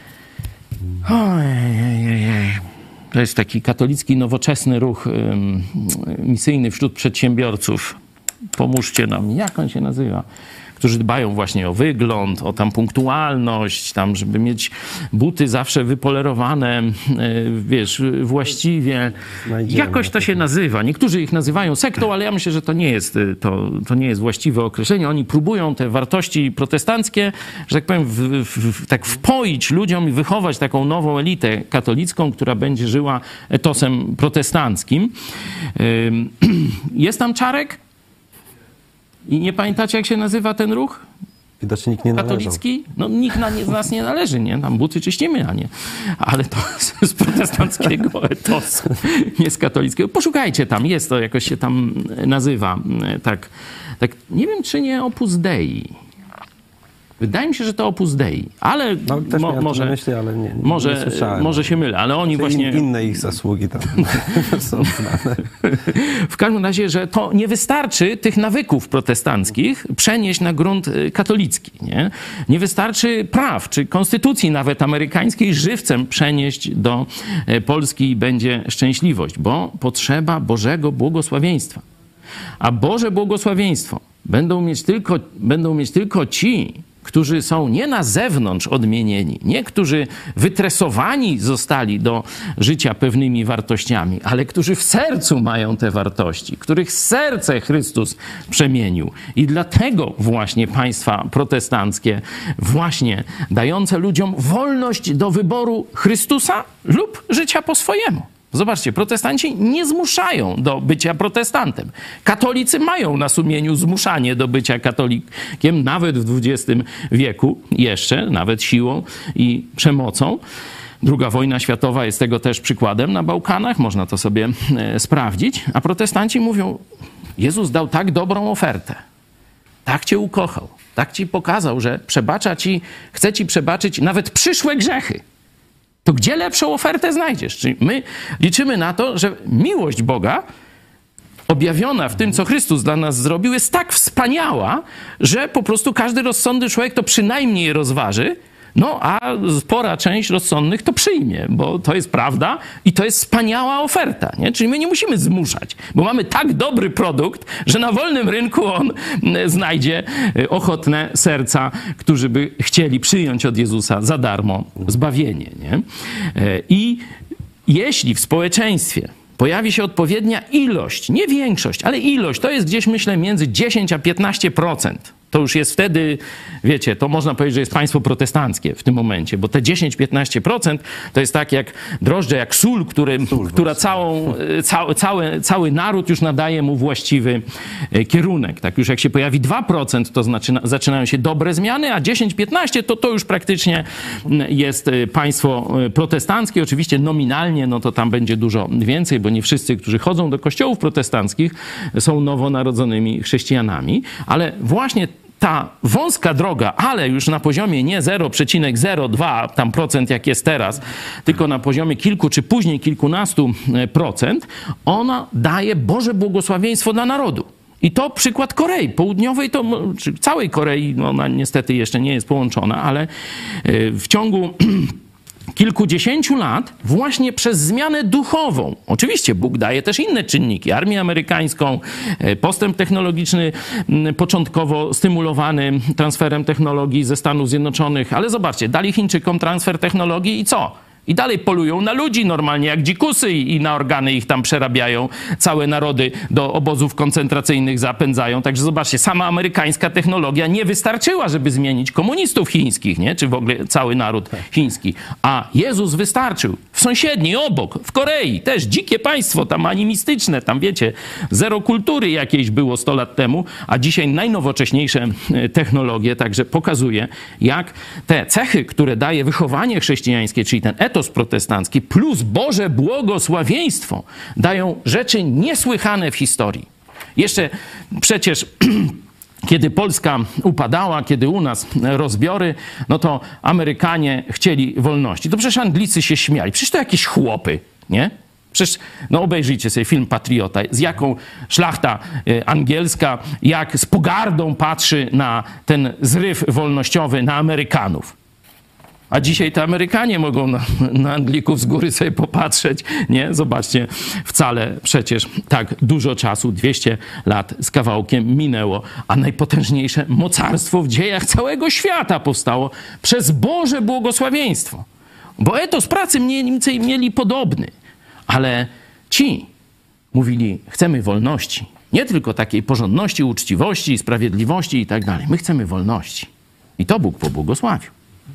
[SPEAKER 3] Ojej. To jest taki katolicki, nowoczesny ruch y, misyjny wśród przedsiębiorców. Pomóżcie nam. Jak on się nazywa? Którzy dbają właśnie o wygląd, o tam punktualność, tam, żeby mieć buty zawsze wypolerowane, wiesz, właściwie. Znajdziemy. Jakoś to się nazywa. Niektórzy ich nazywają sektą, ale ja myślę, że to nie jest, to, to nie jest właściwe określenie. Oni próbują te wartości protestanckie, że tak powiem, w, w, tak wpoić ludziom i wychować taką nową elitę katolicką, która będzie żyła etosem protestanckim. Jest tam Czarek? I nie pamiętacie, jak się nazywa ten ruch?
[SPEAKER 1] Widocznie nikt nie należał.
[SPEAKER 3] Katolicki? No nikt na nie, z nas nie należy, nie? Tam buty czyścimy, a nie. Ale to z protestanckiego etosu, nie z katolickiego. Poszukajcie tam, jest to, jakoś się tam nazywa. Tak, tak. Nie wiem, czy nie Opus Dei. Wydaje mi się, że to Opus Dei, ale
[SPEAKER 1] no, też
[SPEAKER 3] mo, może,
[SPEAKER 1] na myśli, ale nie, nie,
[SPEAKER 3] może,
[SPEAKER 1] nie słyszałem.
[SPEAKER 3] może się mylę, ale oni właśnie...
[SPEAKER 1] Inne ich zasługi tam są znane.
[SPEAKER 3] W każdym razie, że to nie wystarczy tych nawyków protestanckich przenieść na grunt katolicki. Nie, nie wystarczy praw, czy konstytucji nawet amerykańskiej żywcem przenieść do Polski i będzie szczęśliwość, bo potrzeba Bożego błogosławieństwa. A Boże błogosławieństwo będą mieć tylko, będą mieć tylko ci, którzy są nie na zewnątrz odmienieni, nie którzy wytresowani zostali do życia pewnymi wartościami, ale którzy w sercu mają te wartości, których serce Chrystus przemienił. I dlatego właśnie państwa protestanckie, właśnie dające ludziom wolność do wyboru Chrystusa lub życia po swojemu. Zobaczcie, protestanci nie zmuszają do bycia protestantem. Katolicy mają na sumieniu zmuszanie do bycia katolikiem, nawet w dwudziestym wieku jeszcze, nawet siłą i przemocą. Druga wojna światowa jest tego też przykładem na Bałkanach, można to sobie e, sprawdzić. A protestanci mówią, Jezus dał tak dobrą ofertę, tak cię ukochał, tak ci pokazał, że przebacza ci, chce ci przebaczyć nawet przyszłe grzechy. To gdzie lepszą ofertę znajdziesz? Czyli my liczymy na to, że miłość Boga objawiona w tym, co Chrystus dla nas zrobił, jest tak wspaniała, że po prostu każdy rozsądny człowiek to przynajmniej rozważy, no a spora część rozsądnych to przyjmie, bo to jest prawda i to jest wspaniała oferta, nie? Czyli my nie musimy zmuszać, bo mamy tak dobry produkt, że na wolnym rynku on znajdzie ochotne serca, którzy by chcieli przyjąć od Jezusa za darmo zbawienie, nie? I jeśli w społeczeństwie pojawi się odpowiednia ilość, nie większość, ale ilość, to jest gdzieś, myślę, między dziesięć a piętnaście procent. To już jest wtedy, wiecie, to można powiedzieć, że jest państwo protestanckie w tym momencie, bo te dziesięć do piętnastu procent to jest tak jak drożdże, jak sól, który, sól która całą, ca, cały, cały naród już nadaje mu właściwy kierunek. Tak już jak się pojawi dwa procent, to zaczyna, zaczynają się dobre zmiany, a dziesięć do piętnastu to to już praktycznie jest państwo protestanckie. Oczywiście nominalnie, no to tam będzie dużo więcej, bo nie wszyscy, którzy chodzą do kościołów protestanckich, są nowonarodzonymi chrześcijanami, ale właśnie ta wąska droga, ale już na poziomie nie zero przecinek zero dwa tam procent jak jest teraz, tylko na poziomie kilku czy później kilkunastu procent, ona daje Boże błogosławieństwo dla narodu. I to przykład Korei Południowej, to czy całej Korei, no ona niestety jeszcze nie jest połączona, ale w ciągu kilkudziesięciu lat właśnie przez zmianę duchową. Oczywiście Bóg daje też inne czynniki. Armię amerykańską, postęp technologiczny początkowo stymulowany transferem technologii ze Stanów Zjednoczonych, ale zobaczcie, dali Chińczykom transfer technologii i co? I dalej polują na ludzi normalnie jak dzikusy i na organy ich tam przerabiają. Całe narody do obozów koncentracyjnych zapędzają. Także zobaczcie, sama amerykańska technologia nie wystarczyła, żeby zmienić komunistów chińskich, nie? Czy w ogóle cały naród chiński. A Jezus wystarczył. W sąsiedniej, obok, w Korei, też dzikie państwo, tam animistyczne, tam wiecie, zero kultury jakiejś było sto lat temu, a dzisiaj najnowocześniejsze technologie, także pokazuje, jak te cechy, które daje wychowanie chrześcijańskie, czyli ten etos protestancki plus Boże błogosławieństwo dają rzeczy niesłychane w historii. Jeszcze przecież kiedy Polska upadała, kiedy u nas rozbiory, no to Amerykanie chcieli wolności. To przecież Anglicy się śmiali. Przecież to jakieś chłopy, nie? Przecież, no obejrzyjcie sobie film Patriota, z jaką szlachta angielska, jak z pogardą patrzy na ten zryw wolnościowy, na Amerykanów. A dzisiaj te Amerykanie mogą na, na Anglików z góry sobie popatrzeć, nie? Zobaczcie, wcale przecież tak dużo czasu, dwieście lat z kawałkiem minęło, a najpotężniejsze mocarstwo w dziejach całego świata powstało przez Boże błogosławieństwo. Bo etos pracy mniej więcej mieli podobny, ale ci mówili, chcemy wolności. Nie tylko takiej porządności, uczciwości, sprawiedliwości i tak dalej. My chcemy wolności. I to Bóg pobłogosławił.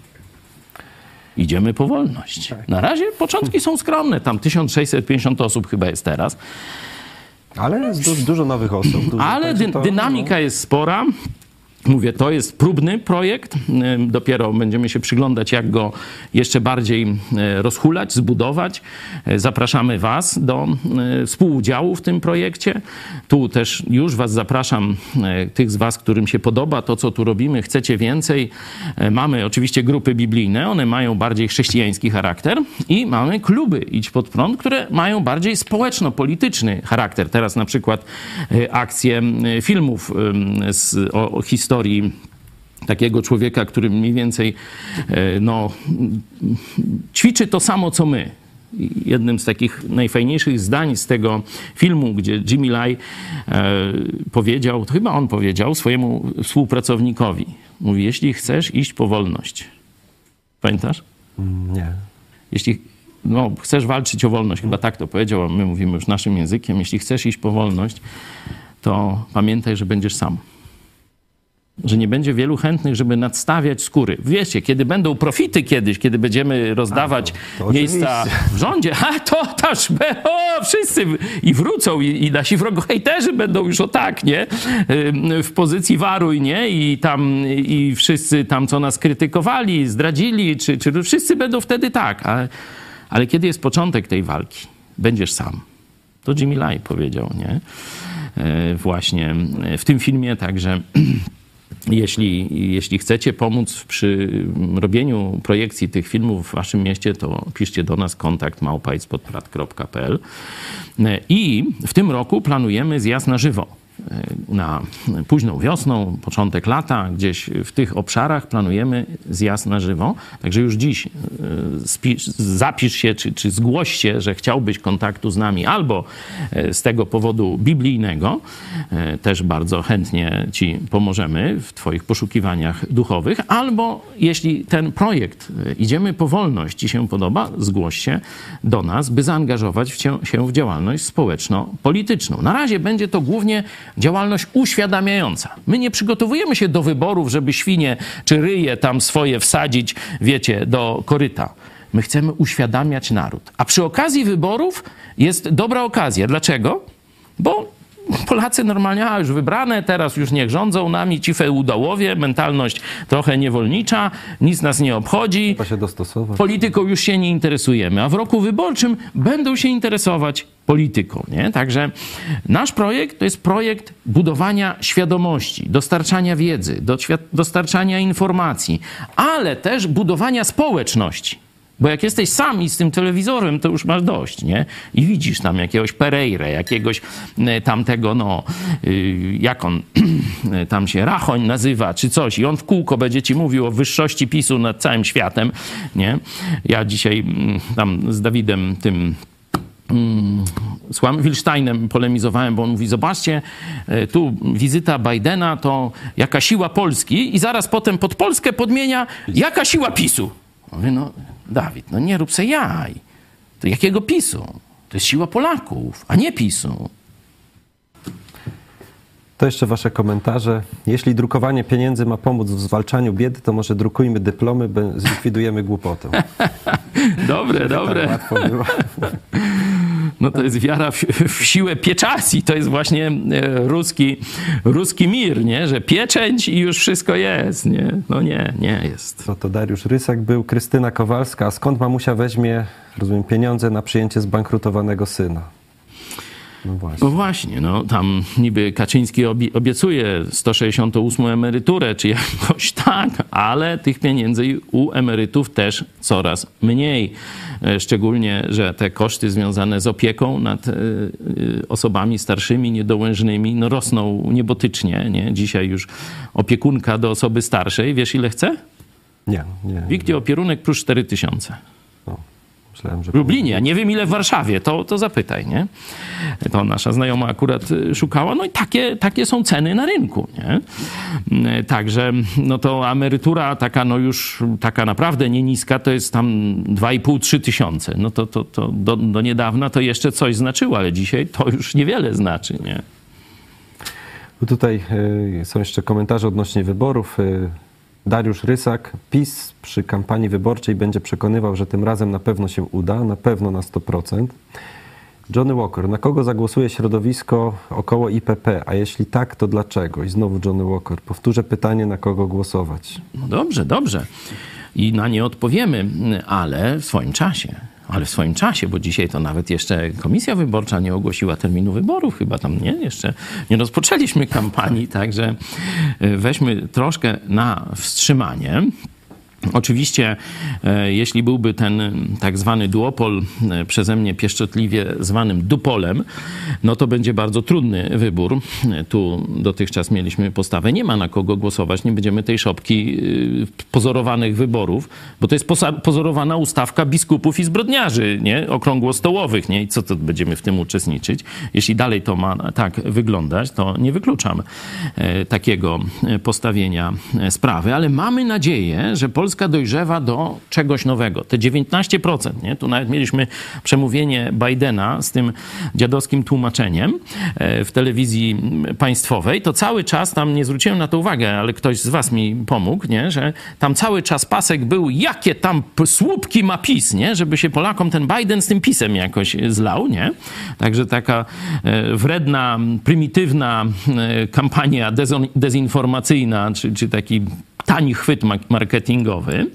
[SPEAKER 3] Idziemy po wolność. Na razie początki są skromne. Tam tysiąc sześćset pięćdziesiąt osób chyba jest teraz.
[SPEAKER 1] Ale jest du- dużo nowych osób. Dużo,
[SPEAKER 3] Ale dy-
[SPEAKER 1] to,
[SPEAKER 3] dynamika
[SPEAKER 1] no.
[SPEAKER 3] jest spora. Mówię, to jest próbny projekt. Dopiero będziemy się przyglądać, jak go jeszcze bardziej rozhulać, zbudować. Zapraszamy Was do współudziału w tym projekcie. Tu też już Was zapraszam, tych z Was, którym się podoba to, co tu robimy, chcecie więcej. Mamy oczywiście grupy biblijne, one mają bardziej chrześcijański charakter i mamy kluby Idź Pod Prąd, które mają bardziej społeczno-polityczny charakter. Teraz na przykład akcje filmów z, o, o historii takiego człowieka, który mniej więcej no, ćwiczy to samo, co my. Jednym z takich najfajniejszych zdań z tego filmu, gdzie Jimmy Lai e, powiedział, to chyba on powiedział swojemu współpracownikowi, mówi, jeśli chcesz iść po wolność. Pamiętasz?
[SPEAKER 1] Nie.
[SPEAKER 3] Jeśli no, chcesz walczyć o wolność, chyba tak to powiedział, a my mówimy już naszym językiem, jeśli chcesz iść po wolność, to pamiętaj, że będziesz sam. Że nie będzie wielu chętnych, żeby nadstawiać skóry. Wiecie, kiedy będą profity kiedyś, kiedy będziemy rozdawać
[SPEAKER 1] a, to, to
[SPEAKER 3] miejsca
[SPEAKER 1] oczywiście.
[SPEAKER 3] w rządzie, a to też, o, wszyscy i wrócą i, i nasi wrogohejterzy będą już o tak, nie? W pozycji waruj, nie? I tam, i wszyscy tam, co nas krytykowali, zdradzili, czy, czy wszyscy będą wtedy tak. Ale, ale kiedy jest początek tej walki? Będziesz sam. To Jimmy Lai powiedział, nie? Właśnie w tym filmie, także... Jeśli, jeśli chcecie pomóc przy robieniu projekcji tych filmów w waszym mieście, to piszcie do nas kontakt małpa idź pod prąd kropka p l. I w tym roku planujemy zjazd na żywo. Na późną wiosną, początek lata, gdzieś w tych obszarach planujemy zjazd na żywo. Także już dziś spisz, zapisz się, czy, czy zgłoś się, że chciałbyś kontaktu z nami albo z tego powodu biblijnego. Też bardzo chętnie ci pomożemy w twoich poszukiwaniach duchowych. Albo jeśli ten projekt Idziemy po wolność ci się podoba, zgłoś się do nas, by zaangażować się w działalność społeczno-polityczną. Na razie będzie to głównie działalność uświadamiająca. My nie przygotowujemy się do wyborów, żeby świnie czy ryje tam swoje wsadzić, wiecie, do koryta. My chcemy uświadamiać naród. A przy okazji wyborów jest dobra okazja. Dlaczego? Bo Polacy normalnie, a już wybrane, teraz już niech rządzą nami ci feudałowie, mentalność trochę niewolnicza, nic nas nie obchodzi.
[SPEAKER 1] Trzeba się dostosować.
[SPEAKER 3] Polityką już się nie interesujemy, a w roku wyborczym będą się interesować polityką, nie? Także nasz projekt to jest projekt budowania świadomości, dostarczania wiedzy, do, dostarczania informacji, ale też budowania społeczności. Bo jak jesteś sami z tym telewizorem, to już masz dość, nie? I widzisz tam jakiegoś Pereirę, jakiegoś tamtego, no, jak on tam się, Rachoń nazywa, czy coś. I on w kółko będzie ci mówił o wyższości PiSu nad całym światem, nie? Ja dzisiaj tam z Dawidem tym... z Wilsteinem polemizowałem, bo on mówi, zobaczcie, tu wizyta Bidena to jaka siła Polski i zaraz potem pod Polskę podmienia jaka siła PiSu. Mówię, no Dawid, no nie rób se jaj. To jakiego PiSu? To jest siła Polaków, a nie PiSu.
[SPEAKER 1] To jeszcze wasze komentarze. Jeśli drukowanie pieniędzy ma pomóc w zwalczaniu biedy, to może drukujmy dyplomy, zlikwidujemy głupotę.
[SPEAKER 3] Dobre, dobre.
[SPEAKER 1] Tak łatwo było.
[SPEAKER 3] No to jest wiara w, w siłę pieczacji. To jest właśnie ruski, ruski mir, nie? Że pieczęć i już wszystko jest, nie? No nie, nie jest.
[SPEAKER 1] No to Dariusz Rysak był. Krystyna Kowalska. A skąd mamusia weźmie, rozumiem, pieniądze na przyjęcie zbankrutowanego syna? No właśnie.
[SPEAKER 3] No właśnie, no tam niby Kaczyński obie, obiecuje sto sześćdziesiątą ósmą emeryturę, czy jakoś tak, ale tych pieniędzy u emerytów też coraz mniej. Szczególnie, że te koszty związane z opieką nad osobami starszymi, niedołężnymi, no rosną niebotycznie. Nie? Dzisiaj już opiekunka do osoby starszej, wiesz ile chce?
[SPEAKER 1] Nie, nie.
[SPEAKER 3] Wiktie opierunek plus cztery tysiące.
[SPEAKER 1] No, myślałem, że...
[SPEAKER 3] W Lublinie, nie wiem ile w Warszawie, to, to zapytaj, nie? To nasza znajoma akurat szukała, no i takie, takie są ceny na rynku, nie? Także, no to emerytura taka, no już taka naprawdę nie niska, to jest tam dwa i pół do trzech tysiące. No to, to, to do, do niedawna to jeszcze coś znaczyło, ale dzisiaj to już niewiele znaczy, nie?
[SPEAKER 1] Tutaj y, są jeszcze komentarze odnośnie wyborów. Y, Dariusz Rysak, PiS przy kampanii wyborczej będzie przekonywał, że tym razem na pewno się uda, na pewno na sto procent. Johnny Walker, na kogo zagłosuje środowisko około I P P, a jeśli tak, to dlaczego? I znowu Johnny Walker, powtórzę pytanie, na kogo głosować.
[SPEAKER 3] No dobrze, dobrze. I na nie odpowiemy, ale w swoim czasie. Ale w swoim czasie, bo dzisiaj to nawet jeszcze Komisja Wyborcza nie ogłosiła terminu wyborów, chyba tam nie, jeszcze nie rozpoczęliśmy kampanii, także weźmy troszkę na wstrzymanie. Oczywiście, e, jeśli byłby ten tak zwany duopol, e, przeze mnie pieszczotliwie zwanym dupolem, no to będzie bardzo trudny wybór. E, tu dotychczas mieliśmy postawę, nie ma na kogo głosować, nie będziemy tej szopki e, pozorowanych wyborów, bo to jest posa- pozorowana ustawka biskupów i zbrodniarzy, nie? Okrągłostołowych, nie? I co to będziemy w tym uczestniczyć? Jeśli dalej to ma tak wyglądać, to nie wykluczam e, takiego postawienia sprawy, ale mamy nadzieję, że Polska dojrzewa do czegoś nowego. Te dziewiętnaście procent, nie? Tu nawet mieliśmy przemówienie Bidena z tym dziadowskim tłumaczeniem w telewizji państwowej. To cały czas, tam nie zwróciłem na to uwagę, ale ktoś z was mi pomógł, nie? Że tam cały czas pasek był, jakie tam słupki ma PiS, nie? Żeby się Polakom ten Biden z tym PiSem jakoś zlał, nie? Także taka wredna, prymitywna kampania dezinformacyjna, czy, czy taki tani chwyt marketingowy,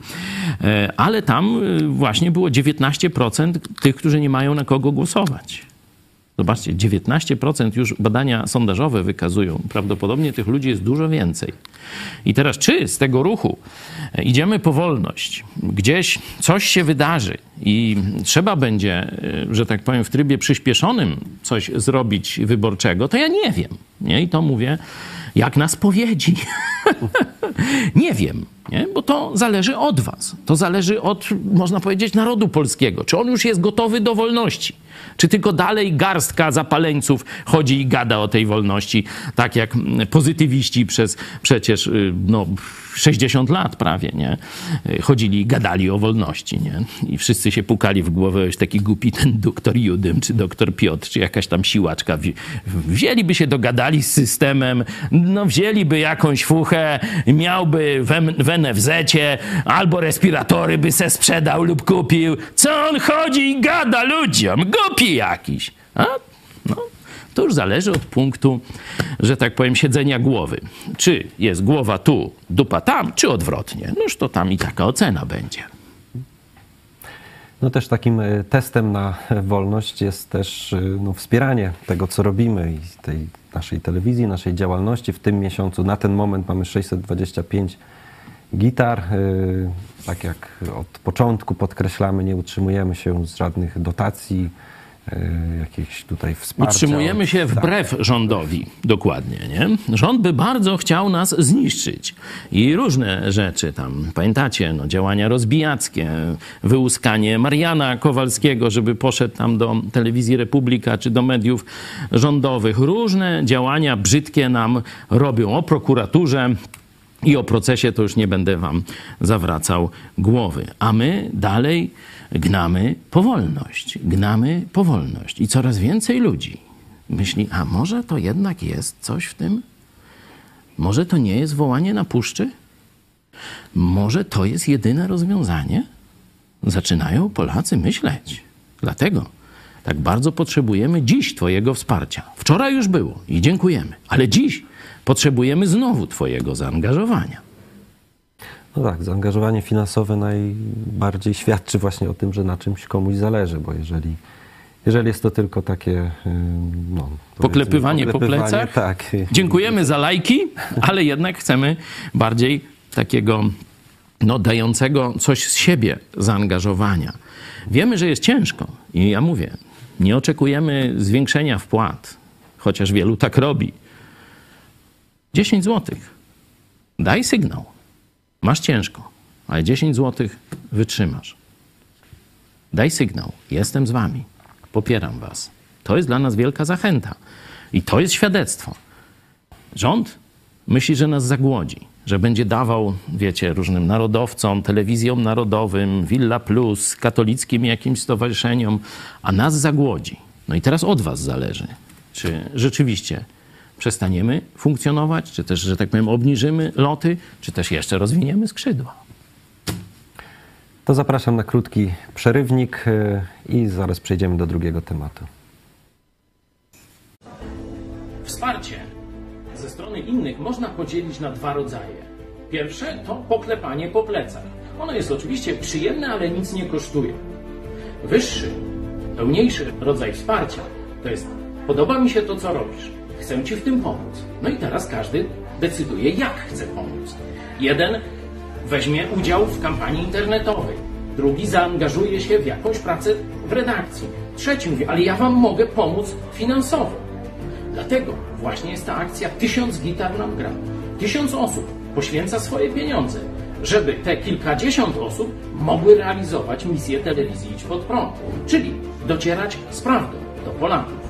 [SPEAKER 3] ale tam właśnie było dziewiętnaście procent tych, którzy nie mają na kogo głosować. Zobaczcie, dziewiętnaście procent już badania sondażowe wykazują. Prawdopodobnie tych ludzi jest dużo więcej. I teraz czy z tego ruchu idziemy po wolność, gdzieś coś się wydarzy i trzeba będzie, że tak powiem, w trybie przyspieszonym coś zrobić wyborczego, to ja nie wiem. Nie? I to mówię jak na spowiedzi. Nie wiem, nie? Bo to zależy od was. To zależy od, można powiedzieć, narodu polskiego. Czy on już jest gotowy do wolności? Czy tylko dalej garstka zapaleńców chodzi i gada o tej wolności, tak jak pozytywiści przez przecież no, sześćdziesiąt lat prawie, nie? Chodzili i gadali o wolności, nie? I wszyscy się pukali w głowę, już taki głupi ten doktor Judym, czy doktor Piotr, czy jakaś tam siłaczka. Wzięliby się, dogadali z systemem, no wzięliby jakąś fuchę, miałby w en ef zecie, albo respiratory by se sprzedał lub kupił. Co on chodzi i gada ludziom? Głupi jakiś. A? No, to już zależy od punktu, że tak powiem, siedzenia głowy. Czy jest głowa tu, dupa tam, czy odwrotnie. Noż to tam i taka ocena będzie.
[SPEAKER 1] No też takim testem na wolność jest też no, wspieranie tego, co robimy i tej naszej telewizji, naszej działalności. W tym miesiącu na ten moment mamy sześćset dwadzieścia pięć gitar. Tak jak od początku podkreślamy, nie utrzymujemy się z żadnych dotacji, jakichś tutaj wsparcia.
[SPEAKER 3] Utrzymujemy się wbrew rządowi, dokładnie, nie? Rząd by bardzo chciał nas zniszczyć. I różne rzeczy tam, pamiętacie, no, działania rozbijackie, wyłuskanie Mariana Kowalskiego, żeby poszedł tam do telewizji Republika, czy do mediów rządowych. Różne działania brzydkie nam robią. O prokuraturze i o procesie to już nie będę wam zawracał głowy. A my dalej gnamy powolność, gnamy powolność. I coraz więcej ludzi myśli, a może to jednak jest coś w tym? Może to nie jest wołanie na puszczy? Może to jest jedyne rozwiązanie? Zaczynają Polacy myśleć. Dlatego tak bardzo potrzebujemy dziś twojego wsparcia. Wczoraj już było i dziękujemy, ale dziś potrzebujemy znowu twojego zaangażowania.
[SPEAKER 1] No tak, zaangażowanie finansowe najbardziej świadczy właśnie o tym, że na czymś komuś zależy, bo jeżeli Jeżeli jest to tylko takie no,
[SPEAKER 3] poklepywanie, po plecach,
[SPEAKER 1] tak.
[SPEAKER 3] Dziękujemy za lajki, ale jednak chcemy bardziej takiego no, dającego coś z siebie zaangażowania. Wiemy, że jest ciężko i ja mówię, nie oczekujemy zwiększenia wpłat, chociaż wielu tak robi. dziesięć złotych. Daj sygnał. Masz ciężko, ale dziesięć złotych wytrzymasz. Daj sygnał. Jestem z wami. Popieram was. To jest dla nas wielka zachęta. I to jest świadectwo. Rząd myśli, że nas zagłodzi, że będzie dawał, wiecie, różnym narodowcom, telewizjom narodowym, Villa Plus, katolickim jakimś stowarzyszeniom, a nas zagłodzi. No i teraz od was zależy, czy rzeczywiście przestaniemy funkcjonować, czy też, że tak powiem, obniżymy loty, czy też jeszcze rozwiniemy skrzydła.
[SPEAKER 1] To zapraszam na krótki przerywnik i zaraz przejdziemy do drugiego tematu.
[SPEAKER 3] Wsparcie ze strony innych można podzielić na dwa rodzaje. Pierwsze to poklepanie po plecach. Ono jest oczywiście przyjemne, ale nic nie kosztuje. Wyższy, pełniejszy rodzaj wsparcia to jest: podoba mi się to, co robisz, chcę ci w tym pomóc. No i teraz każdy decyduje, jak chce pomóc. Jeden weźmie udział w kampanii internetowej, drugi zaangażuje się w jakąś pracę w redakcji, trzeci mówi, ale ja wam mogę pomóc finansowo. Dlatego właśnie jest ta akcja Tysiąc gitar nam gra. Tysiąc osób poświęca swoje pieniądze, żeby te kilkadziesiąt osób mogły realizować misję telewizji Idź Pod Prąd, czyli docierać z prawdą do Polaków.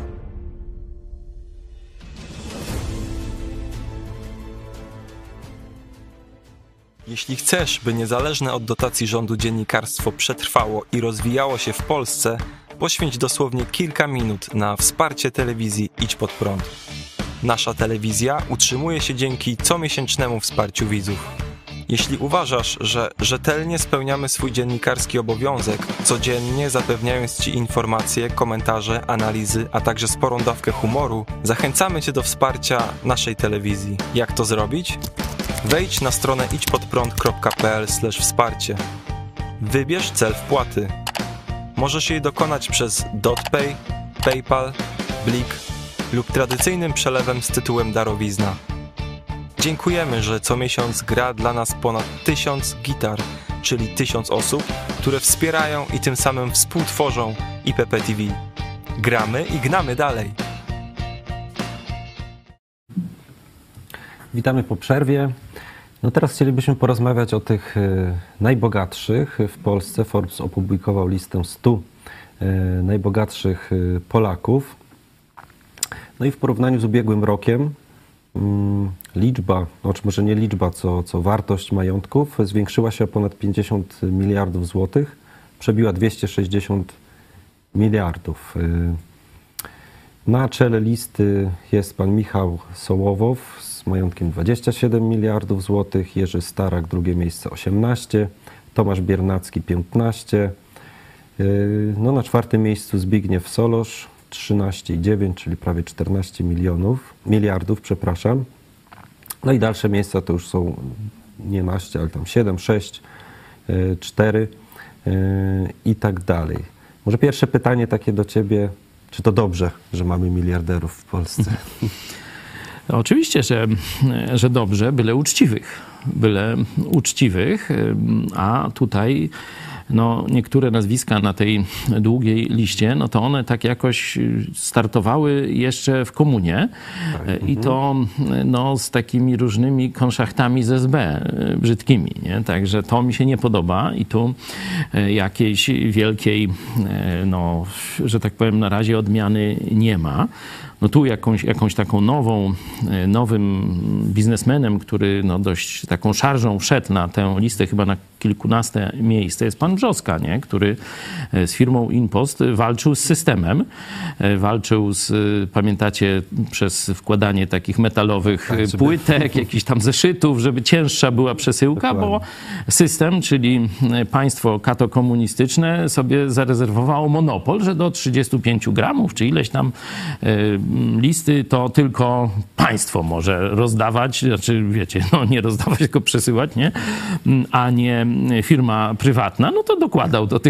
[SPEAKER 5] Jeśli chcesz, by niezależne od dotacji rządu dziennikarstwo przetrwało i rozwijało się w Polsce, poświęć dosłownie kilka minut na wsparcie telewizji Idź Pod Prąd. Nasza telewizja utrzymuje się dzięki comiesięcznemu wsparciu widzów. Jeśli uważasz, że rzetelnie spełniamy swój dziennikarski obowiązek, codziennie zapewniając Ci informacje, komentarze, analizy, a także sporą dawkę humoru, zachęcamy Cię do wsparcia naszej telewizji. Jak to zrobić? Wejdź na stronę idźpodprąd kropka p l slash wsparcie. Wybierz cel wpłaty. Możesz jej dokonać przez DotPay, PayPal, Blik lub tradycyjnym przelewem z tytułem darowizna. Dziękujemy, że co miesiąc gra dla nas ponad tysiąc gitar, czyli tysiąc osób, które wspierają i tym samym współtworzą I P P T V. Gramy i gnamy dalej.
[SPEAKER 1] Witamy po przerwie. No teraz chcielibyśmy porozmawiać o tych najbogatszych w Polsce. Forbes opublikował listę stu najbogatszych Polaków. No i w porównaniu z ubiegłym rokiem liczba, no czy może nie liczba, co, co wartość majątków zwiększyła się o ponad pięćdziesiąt miliardów złotych, przebiła dwieście sześćdziesiąt miliardów. Na czele listy jest pan Michał Sołowow z majątkiem dwadzieścia siedem miliardów złotych, Jerzy Starak drugie miejsce osiemnaście, Tomasz Biernacki piętnaście, no na czwartym miejscu Zbigniew Solosz trzynaście i dziewięć, czyli prawie czternaście milionów, miliardów, przepraszam. No i dalsze miejsca to już są nie naście, ale tam siedem, sześć, cztery i tak dalej. Może pierwsze pytanie takie do ciebie, czy to dobrze, że mamy miliarderów w Polsce?
[SPEAKER 3] Oczywiście, że, że dobrze, byle uczciwych, byle uczciwych, a tutaj no, niektóre nazwiska na tej długiej liście, no to one tak jakoś startowały jeszcze w komunie tak. I to no, z takimi różnymi konszachtami z S B, brzydkimi, nie? Także to mi się nie podoba i tu jakiejś wielkiej, no, że tak powiem, na razie odmiany nie ma. No tu jakąś, jakąś taką nową, nowym biznesmenem, który no dość taką szarżą wszedł na tę listę, chyba na kilkunaste miejsce, jest pan Brzoska, nie? Który z firmą InPost walczył z systemem, walczył z, pamiętacie, przez wkładanie takich metalowych tak, płytek, jakichś tam zeszytów, żeby cięższa była przesyłka, bo system, czyli państwo katokomunistyczne sobie zarezerwowało monopol, że do trzydziestu pięciu gramów, czy ileś tam listy, to tylko państwo może rozdawać, znaczy wiecie, no nie rozdawać, tylko przesyłać, nie? A nie firma prywatna, no to dokładał do tych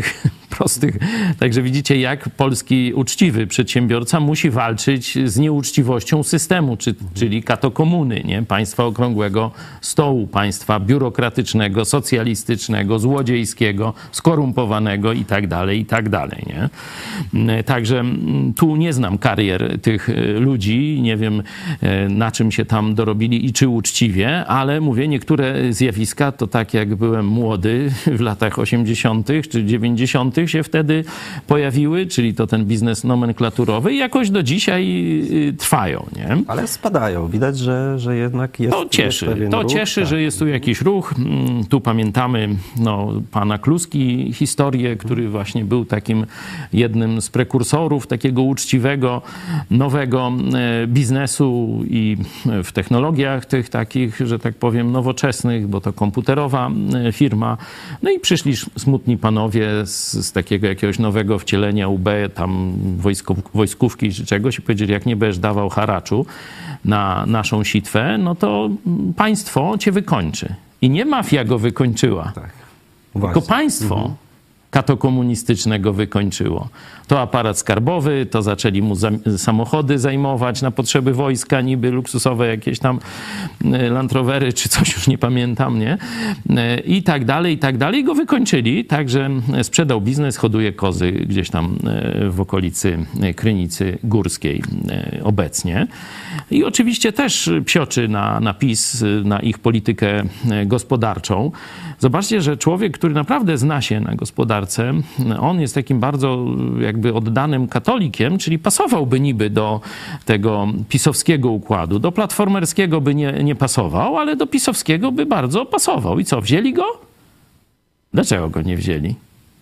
[SPEAKER 3] prostych. Także widzicie, jak polski uczciwy przedsiębiorca musi walczyć z nieuczciwością systemu, czy, czyli katokomuny, nie? Państwa okrągłego stołu, państwa biurokratycznego, socjalistycznego, złodziejskiego, skorumpowanego i tak dalej, i tak dalej, nie? Także tu nie znam karier tych ludzi, nie wiem, na czym się tam dorobili i czy uczciwie, ale mówię, niektóre zjawiska to tak jak byłem młody w latach osiemdziesiątych czy dziewięćdziesiątych się wtedy pojawiły, czyli to ten biznes nomenklaturowy i jakoś do dzisiaj trwają, nie?
[SPEAKER 1] Ale spadają. Widać, że, że jednak jest
[SPEAKER 3] To cieszy,
[SPEAKER 1] jest pewien
[SPEAKER 3] to
[SPEAKER 1] ruch,
[SPEAKER 3] cieszy,
[SPEAKER 1] tak.
[SPEAKER 3] że jest tu jakiś ruch. Tu pamiętamy no, pana Kluski historię, który właśnie był takim jednym z prekursorów takiego uczciwego, nowego biznesu i w technologiach tych takich, że tak powiem, nowoczesnych, bo to komputerowa firma. No i przyszli smutni panowie z, z takiego jakiegoś nowego wcielenia U B, tam wojsko, wojskówki czy czegoś i powiedzieli, jak nie będziesz dawał haraczu na naszą sitwę, no to państwo cię wykończy. I nie mafia go wykończyła,
[SPEAKER 1] Tak.
[SPEAKER 3] tylko
[SPEAKER 1] Właśnie.
[SPEAKER 3] państwo
[SPEAKER 1] Mhm.
[SPEAKER 3] katokomunistycznego wykończyło. To aparat skarbowy, to zaczęli mu za, samochody zajmować na potrzeby wojska, niby luksusowe jakieś tam Land Rovery czy coś, już nie pamiętam, nie? I tak dalej, i tak dalej. I go wykończyli, także sprzedał biznes, hoduje kozy gdzieś tam w okolicy Krynicy Górskiej obecnie. I oczywiście też psioczy na, na PiS, na ich politykę gospodarczą. Zobaczcie, że człowiek, który naprawdę zna się na gospodarce, on jest takim bardzo jakby oddanym katolikiem, czyli pasowałby niby do tego pisowskiego układu. Do platformerskiego by nie, nie pasował, ale do pisowskiego by bardzo pasował. I co, wzięli go? Dlaczego go nie wzięli?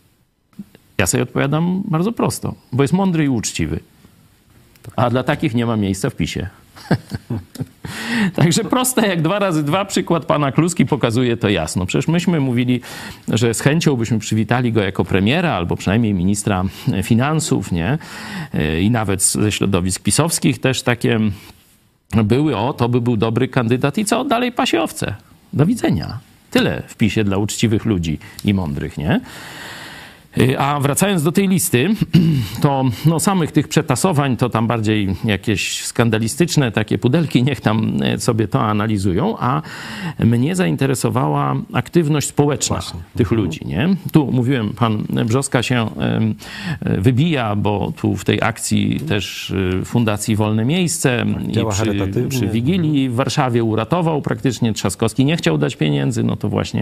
[SPEAKER 3] Ja sobie odpowiadam bardzo prosto, bo jest mądry i uczciwy. A dla takich nie ma miejsca w PiSie. Także proste jak dwa razy dwa, przykład pana Kluski pokazuje to jasno. Przecież myśmy mówili, że z chęcią byśmy przywitali go jako premiera albo przynajmniej ministra finansów, nie? I nawet ze środowisk pisowskich też takie były, o, to by był dobry kandydat i co? Dalej pasie owce. Do widzenia. Tyle w PiSie dla uczciwych ludzi i mądrych, nie? A wracając do tej listy, to no, samych tych przetasowań, to tam bardziej jakieś skandalistyczne takie pudelki, niech tam sobie to analizują, a mnie zainteresowała aktywność społeczna Właśnie. tych ludzi, nie? Tu mówiłem, pan Brzoska się wybija, bo tu w tej akcji też Fundacji Wolne Miejsce i przy, przy Wigilii w Warszawie uratował praktycznie, Trzaskowski nie chciał dać pieniędzy, no to właśnie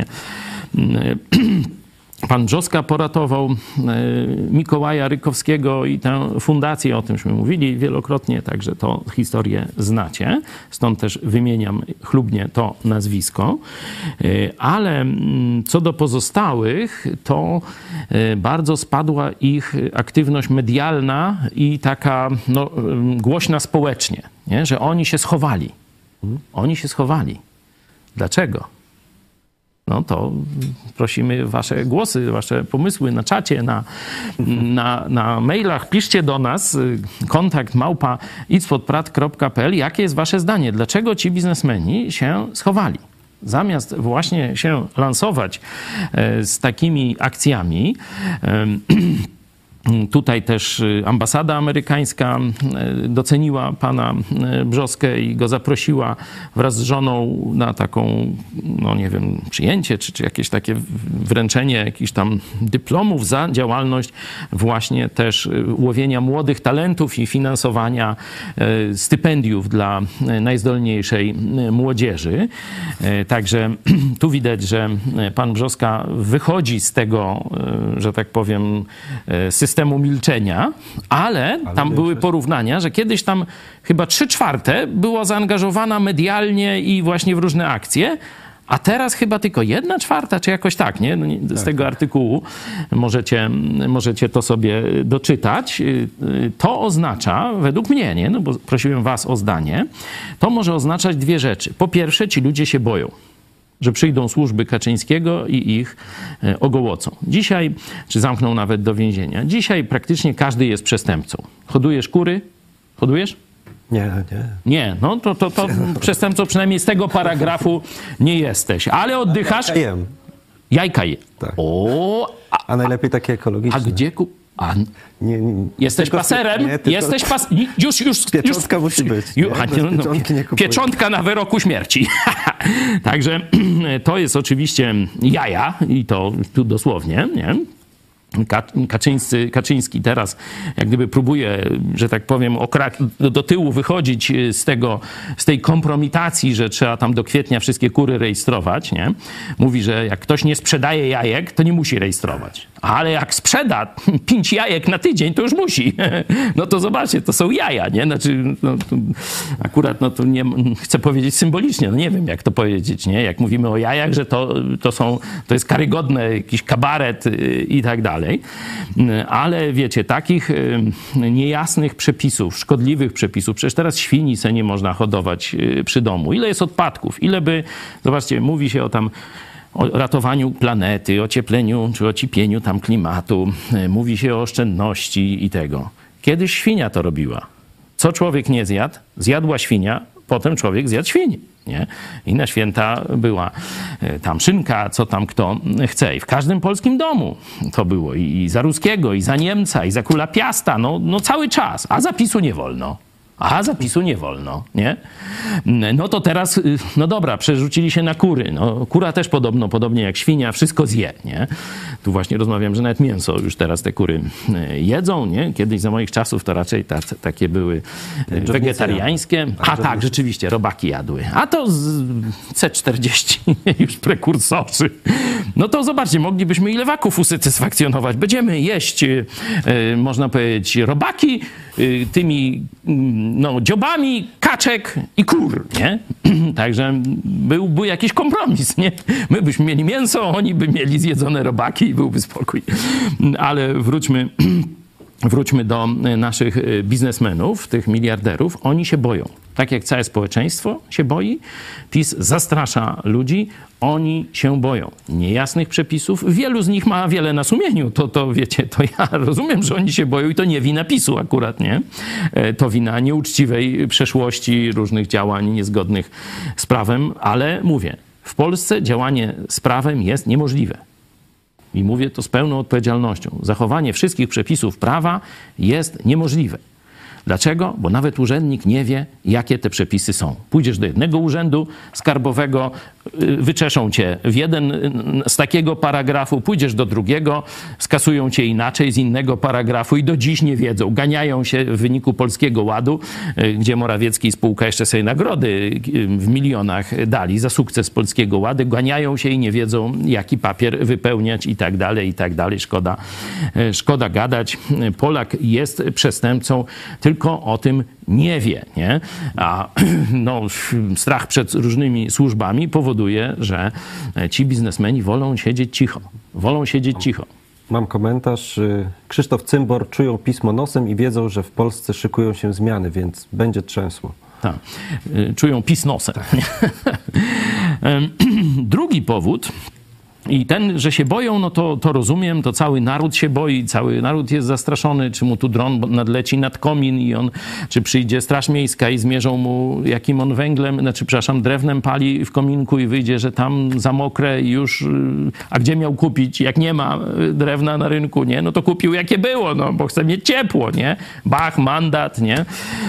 [SPEAKER 3] pan Brzoska poratował Mikołaja Rykowskiego i tę fundację, o tymśmy mówili wielokrotnie, także to historię znacie. Stąd też wymieniam chlubnie to nazwisko. Ale co do pozostałych, to bardzo spadła ich aktywność medialna i taka no, głośna społecznie, nie? Że oni się schowali. Oni się schowali. Dlaczego? No to prosimy wasze głosy, wasze pomysły na czacie, na, na, na mailach. Piszcie do nas kontakt małpa idźpodprat kropka p l. Jakie jest wasze zdanie? Dlaczego ci biznesmeni się schowali? Zamiast właśnie się lansować z takimi akcjami, tutaj też ambasada amerykańska doceniła pana Brzoskę i go zaprosiła wraz z żoną na taką, no nie wiem, przyjęcie, czy, czy jakieś takie wręczenie jakichś tam dyplomów za działalność właśnie też łowienia młodych talentów i finansowania stypendiów dla najzdolniejszej młodzieży. Także tu widać, że pan Brzoska wychodzi z tego, że tak powiem, systemu systemu milczenia, ale, ale tam były porównania, że kiedyś tam chyba trzy czwarte było zaangażowana medialnie i właśnie w różne akcje, a teraz chyba tylko jedna czwarta, czy jakoś tak, nie? No, z tak, tego tak. artykułu możecie, możecie to sobie doczytać. To oznacza, według mnie, nie? No bo prosiłem was o zdanie, to może oznaczać dwie rzeczy. Po pierwsze, ci ludzie się boją, że przyjdą służby Kaczyńskiego i ich ogołocą. Dzisiaj, czy zamkną nawet do więzienia. Dzisiaj praktycznie każdy jest przestępcą. Hodujesz kury? Hodujesz?
[SPEAKER 1] Nie, nie.
[SPEAKER 3] Nie, no to, to, to przestępcą przynajmniej z tego paragrafu nie jesteś. Ale oddychasz?
[SPEAKER 1] Jem.
[SPEAKER 3] Jajka je.
[SPEAKER 1] Tak.
[SPEAKER 3] O, a,
[SPEAKER 1] A najlepiej takie ekologiczne.
[SPEAKER 3] A gdzie kup... A,
[SPEAKER 1] Nie, nie,
[SPEAKER 3] jesteś
[SPEAKER 1] tylko-
[SPEAKER 3] paserem?
[SPEAKER 1] nie, tylko-
[SPEAKER 3] Jesteś pas... Już, już,
[SPEAKER 1] Pieczątka
[SPEAKER 3] już,
[SPEAKER 1] musi być,
[SPEAKER 3] Ju,
[SPEAKER 1] nie?
[SPEAKER 3] a,
[SPEAKER 1] Bez
[SPEAKER 3] no, no,
[SPEAKER 1] pieczątki nie kupuję.
[SPEAKER 3] pieczątka na wyroku śmierci. Także to jest oczywiście jaja i to tu dosłownie, nie? Kaczyńscy, Kaczyński teraz jak gdyby próbuje, że tak powiem, okrak, do, do tyłu wychodzić z tego, z tej kompromitacji, że trzeba tam do kwietnia wszystkie kury rejestrować, nie? Mówi, że jak ktoś nie sprzedaje jajek, to nie musi rejestrować. Ale jak sprzeda pięć jajek na tydzień, to już musi. No to zobaczcie, to są jaja, nie? Znaczy, no, to akurat, no to nie chcę powiedzieć symbolicznie, no nie wiem, jak to powiedzieć, nie? Jak mówimy o jajach, że to, to są, to jest karygodne, jakiś kabaret i tak dalej. Ale wiecie, takich niejasnych przepisów, szkodliwych przepisów, przecież teraz świni se nie można hodować przy domu. Ile jest odpadków? Ile by, zobaczcie, mówi się o tam o ratowaniu planety, ociepleniu czy ocipieniu tam klimatu, mówi się o oszczędności i tego. Kiedyś świnia to robiła. Co człowiek nie zjadł, zjadła świnia, potem człowiek zjadł świnię. Nie? I na święta była tam szynka, co tam kto chce. I w każdym polskim domu to było. I za Ruskiego, i za Niemca, i za Króla Piasta. No, no cały czas. A zapisu nie wolno. A zapisu nie wolno, nie? No to teraz, no dobra, przerzucili się na kury. No, kura też podobno, podobnie jak świnia, wszystko zje, nie? Tu właśnie rozmawiam, że nawet mięso już teraz te kury jedzą, nie? Kiedyś za moich czasów to raczej ta, takie były wegetariańskie. A tak, rzeczywiście, robaki jadły. A to z C czterdzieści już prekursorzy. No to zobaczcie, moglibyśmy i lewaków usatysfakcjonować. Będziemy jeść, można powiedzieć, robaki tymi no, dziobami kaczek i kur, nie? Także byłby jakiś kompromis, nie? My byśmy mieli mięso, oni by mieli zjedzone robaki i byłby spokój. Ale wróćmy... Wróćmy do naszych biznesmenów, tych miliarderów. Oni się boją. Tak jak całe społeczeństwo się boi, PiS zastrasza ludzi, oni się boją niejasnych przepisów. Wielu z nich ma wiele na sumieniu. To, to wiecie, to ja rozumiem, że oni się boją i to nie wina PiSu akurat, nie? To wina nieuczciwej przeszłości, różnych działań niezgodnych z prawem, ale mówię, w Polsce działanie z prawem jest niemożliwe. I mówię to z pełną odpowiedzialnością. Zachowanie wszystkich przepisów prawa jest niemożliwe. Dlaczego? Bo nawet urzędnik nie wie, jakie te przepisy są. Pójdziesz do jednego urzędu skarbowego, wyczeszą cię w jeden z takiego paragrafu, pójdziesz do drugiego, skasują cię inaczej z innego paragrafu i do dziś nie wiedzą. Ganiają się w wyniku Polskiego Ładu, gdzie Morawiecki i spółka jeszcze sobie nagrody w milionach dali za sukces Polskiego Ładu. Ganiają się i nie wiedzą, jaki papier wypełniać i tak dalej, i tak dalej. Szkoda, szkoda gadać. Polak jest przestępcą, tylko o tym nie wie, nie? A no, strach przed różnymi służbami powoduje, że ci biznesmeni wolą siedzieć cicho. Wolą siedzieć cicho.
[SPEAKER 1] Mam komentarz. Krzysztof Cymbor: czują pismo nosem i wiedzą, że w Polsce szykują się zmiany, więc będzie trzęsło.
[SPEAKER 3] Tak. Czują pis nosem. Drugi powód. I ten, że się boją, no to, to rozumiem, to cały naród się boi, cały naród jest zastraszony, czy mu tu dron nadleci nad komin i on, czy przyjdzie Straż Miejska i zmierzą mu, jakim on węglem, znaczy, przepraszam, drewnem pali w kominku i wyjdzie, że tam za mokre i już, a gdzie miał kupić, jak nie ma drewna na rynku, nie? No to kupił jakie było, no, bo chce mieć ciepło, nie? Bach, mandat, nie?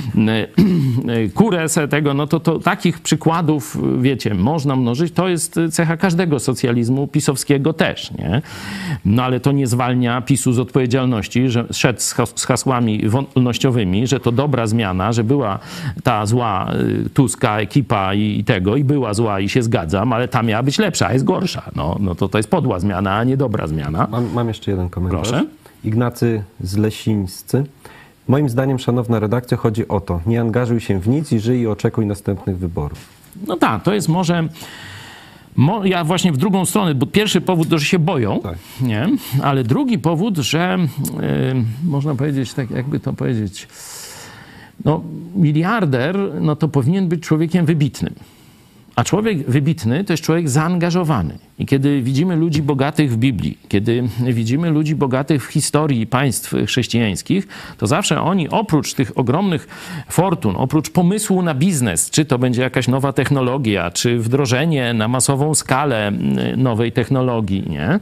[SPEAKER 3] Kurę se tego, no to, to takich przykładów, wiecie, można mnożyć, to jest cecha każdego socjalizmu, pisowskiego też, nie? No ale to nie zwalnia PiSu z odpowiedzialności, że szedł z, has z hasłami wolnościowymi, że to dobra zmiana, że była ta zła Tuska ekipa i, i tego, i była zła i się zgadzam, ale ta miała być lepsza, a jest gorsza. No, no to to jest podła zmiana, a nie dobra zmiana.
[SPEAKER 1] Mam, mam jeszcze jeden komentarz.
[SPEAKER 3] Proszę.
[SPEAKER 1] Ignacy Zlesińscy: moim zdaniem, szanowna redakcja, chodzi o to, nie angażuj się w nic i żyj i oczekuj następnych wyborów.
[SPEAKER 3] No tak, to jest może... Mo, ja właśnie w drugą stronę, bo pierwszy powód to, że się boją,
[SPEAKER 1] tak.
[SPEAKER 3] Nie? Ale drugi powód, że y, można powiedzieć, tak jakby to powiedzieć, no miliarder, no to powinien być człowiekiem wybitnym. A człowiek wybitny to jest człowiek zaangażowany. I kiedy widzimy ludzi bogatych w Biblii, kiedy widzimy ludzi bogatych w historii państw chrześcijańskich, to zawsze oni oprócz tych ogromnych fortun, oprócz pomysłu na biznes, czy to będzie jakaś nowa technologia, czy wdrożenie na masową skalę nowej technologii, nie?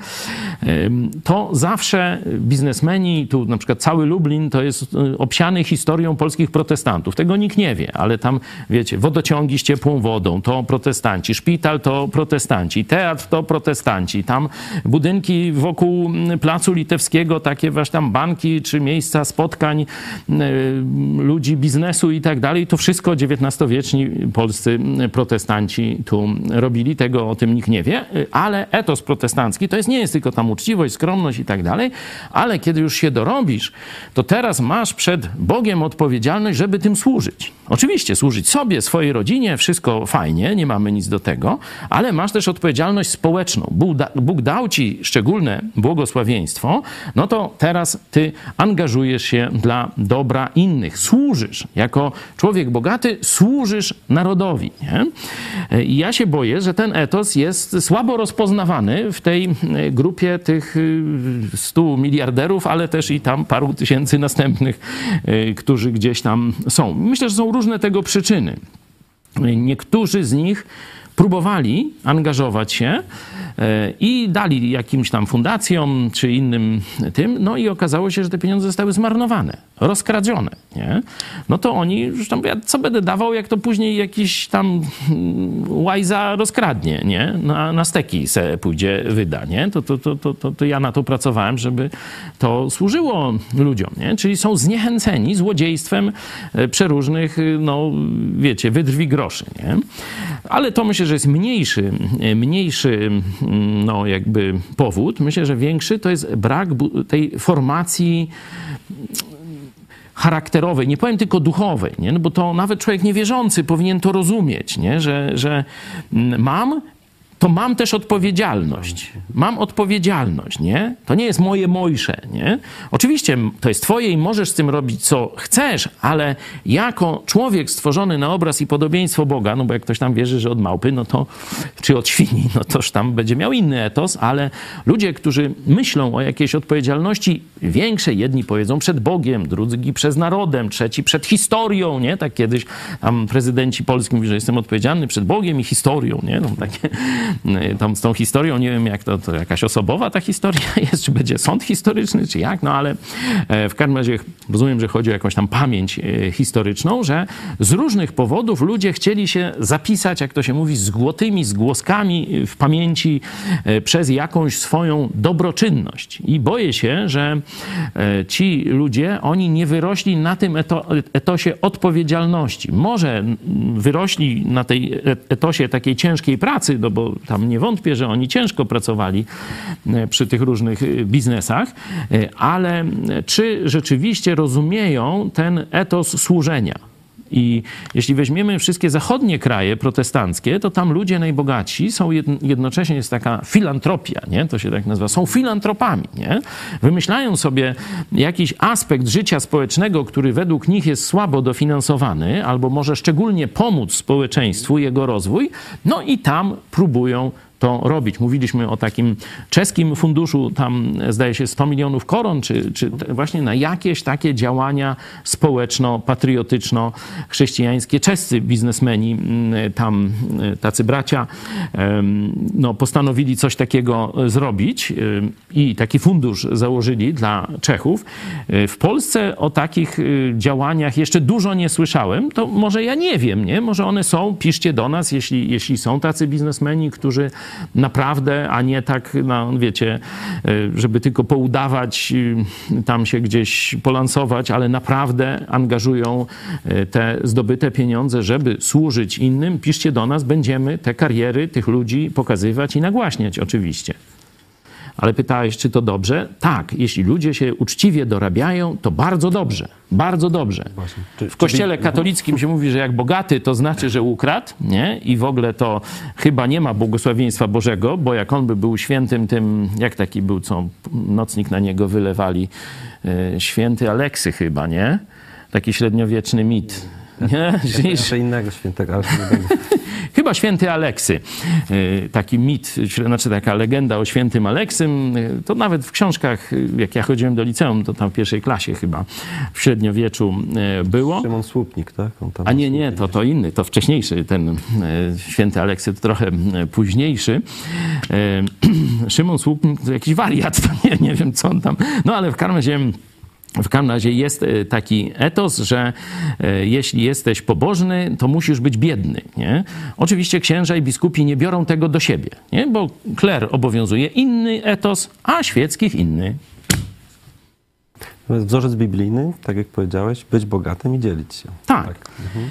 [SPEAKER 3] To zawsze biznesmeni, tu na przykład cały Lublin to jest obsiany historią polskich protestantów. Tego nikt nie wie, ale tam, wiecie, wodociągi z ciepłą wodą to protestanci, szpital to protestanci, teatr to protestanci, tam budynki wokół Placu Litewskiego, takie właśnie tam banki czy miejsca spotkań ludzi biznesu i tak dalej, to wszystko dziewiętnastowieczni polscy protestanci tu robili, tego o tym nikt nie wie, ale etos protestancki to jest, nie jest tylko tam uczciwość, skromność i tak dalej, ale kiedy już się dorobisz, to teraz masz przed Bogiem odpowiedzialność, żeby tym służyć. Oczywiście służyć sobie, swojej rodzinie, wszystko fajnie, nie mamy nic do tego, ale masz też odpowiedzialność społeczną. Bóg, da, Bóg dał ci szczególne błogosławieństwo, no to teraz ty angażujesz się dla dobra innych. Służysz. Jako człowiek bogaty służysz narodowi. Nie? I ja się boję, że ten etos jest słabo rozpoznawany w tej grupie tych stu miliarderów, ale też i tam paru tysięcy następnych, którzy gdzieś tam są. Myślę, że są różne tego przyczyny. Niektórzy z nich próbowali angażować się i dali jakimś tam fundacjom czy innym tym, no i okazało się, że te pieniądze zostały zmarnowane, rozkradzione, nie? No to oni już tam, ja co będę dawał, jak to później jakiś tam łajza rozkradnie, nie? Na, na steki se pójdzie, wyda, nie? To, to, to, to, to, to ja na to pracowałem, żeby to służyło ludziom, nie? Czyli są zniechęceni złodziejstwem przeróżnych, no wiecie, wydrwi groszy, nie? Ale to myślę, że jest mniejszy, mniejszy no jakby powód. Myślę, że większy to jest brak tej formacji charakterowej, nie powiem tylko duchowej, nie? No bo to nawet człowiek niewierzący powinien to rozumieć, nie? Że, że mam, to mam też odpowiedzialność. Mam odpowiedzialność, nie? To nie jest moje mojsze, nie? Oczywiście to jest twoje i możesz z tym robić, co chcesz, ale jako człowiek stworzony na obraz i podobieństwo Boga, no bo jak ktoś tam wierzy, że od małpy, no to, czy od świni, no toż tam będzie miał inny etos, ale ludzie, którzy myślą o jakiejś odpowiedzialności większej, jedni powiedzą przed Bogiem, drudzy przed narodem, trzeci przed historią, nie? Tak kiedyś tam prezydenci polscy mówili, że jestem odpowiedzialny przed Bogiem i historią, nie? No, takie, tam z tą historią, nie wiem jak to, to jakaś osobowa ta historia jest, czy będzie sąd historyczny, czy jak, no ale w każdym razie rozumiem, że chodzi o jakąś tam pamięć historyczną, że z różnych powodów ludzie chcieli się zapisać, jak to się mówi, z złotymi zgłoskami w pamięci przez jakąś swoją dobroczynność. I boję się, że ci ludzie, oni nie wyrośli na tym eto, etosie odpowiedzialności. Może wyrośli na tej etosie takiej ciężkiej pracy, no bo tam nie wątpię, że oni ciężko pracowali przy tych różnych biznesach, ale czy rzeczywiście rozumieją ten etos służenia? I jeśli weźmiemy wszystkie zachodnie kraje protestanckie, to tam ludzie najbogatsi są jednocześnie, jest taka filantropia, nie? To się tak nazywa, są filantropami, nie? Wymyślają sobie jakiś aspekt życia społecznego, który według nich jest słabo dofinansowany, albo może szczególnie pomóc społeczeństwu, jego rozwój, no i tam próbują to robić. Mówiliśmy o takim czeskim funduszu, tam zdaje się sto milionów koron, czy, czy właśnie na jakieś takie działania społeczno-patriotyczno-chrześcijańskie. Czescy biznesmeni, tam tacy bracia, no, postanowili coś takiego zrobić i taki fundusz założyli dla Czechów. W Polsce o takich działaniach jeszcze dużo nie słyszałem. To może ja nie wiem, nie? Może one są, piszcie do nas, jeśli, jeśli są tacy biznesmeni, którzy naprawdę, a nie tak, no wiecie, żeby tylko poudawać, tam się gdzieś polansować, ale naprawdę angażują te zdobyte pieniądze, żeby służyć innym. Piszcie do nas, będziemy te kariery tych ludzi pokazywać i nagłaśniać oczywiście. Ale pytałeś, czy to dobrze? Tak, jeśli ludzie się uczciwie dorabiają, to bardzo dobrze, bardzo dobrze. Właśnie. Czy, w kościele katolickim się mówi, że jak bogaty, to znaczy, że ukradł, nie? I w ogóle to chyba nie ma błogosławieństwa Bożego, bo jak on by był świętym tym, jak taki był, co nocnik na niego wylewali, święty Aleksy chyba, nie? Taki średniowieczny mit. Nie,
[SPEAKER 1] Jeszcze innego świętego, ale nie będę.
[SPEAKER 3] Chyba święty Aleksy. Taki mit, znaczy taka legenda o świętym Aleksym. To nawet w książkach, jak ja chodziłem do liceum, to tam w pierwszej klasie chyba w średniowieczu było.
[SPEAKER 1] Szymon Słupnik, tak? On tam
[SPEAKER 3] A nie, nie, to, to inny, to wcześniejszy, ten święty Aleksy, to trochę późniejszy. Szymon Słupnik to jakiś wariat, to nie, nie wiem co on tam, no ale w każdym razie W każdym razie jest taki etos, że jeśli jesteś pobożny, to musisz być biedny. Nie? Oczywiście księża i biskupi nie biorą tego do siebie, nie? Bo kler obowiązuje inny etos, a świeckich inny.
[SPEAKER 1] Wzorzec biblijny, tak jak powiedziałeś, być bogatym i dzielić się.
[SPEAKER 3] Tak. tak. Mhm.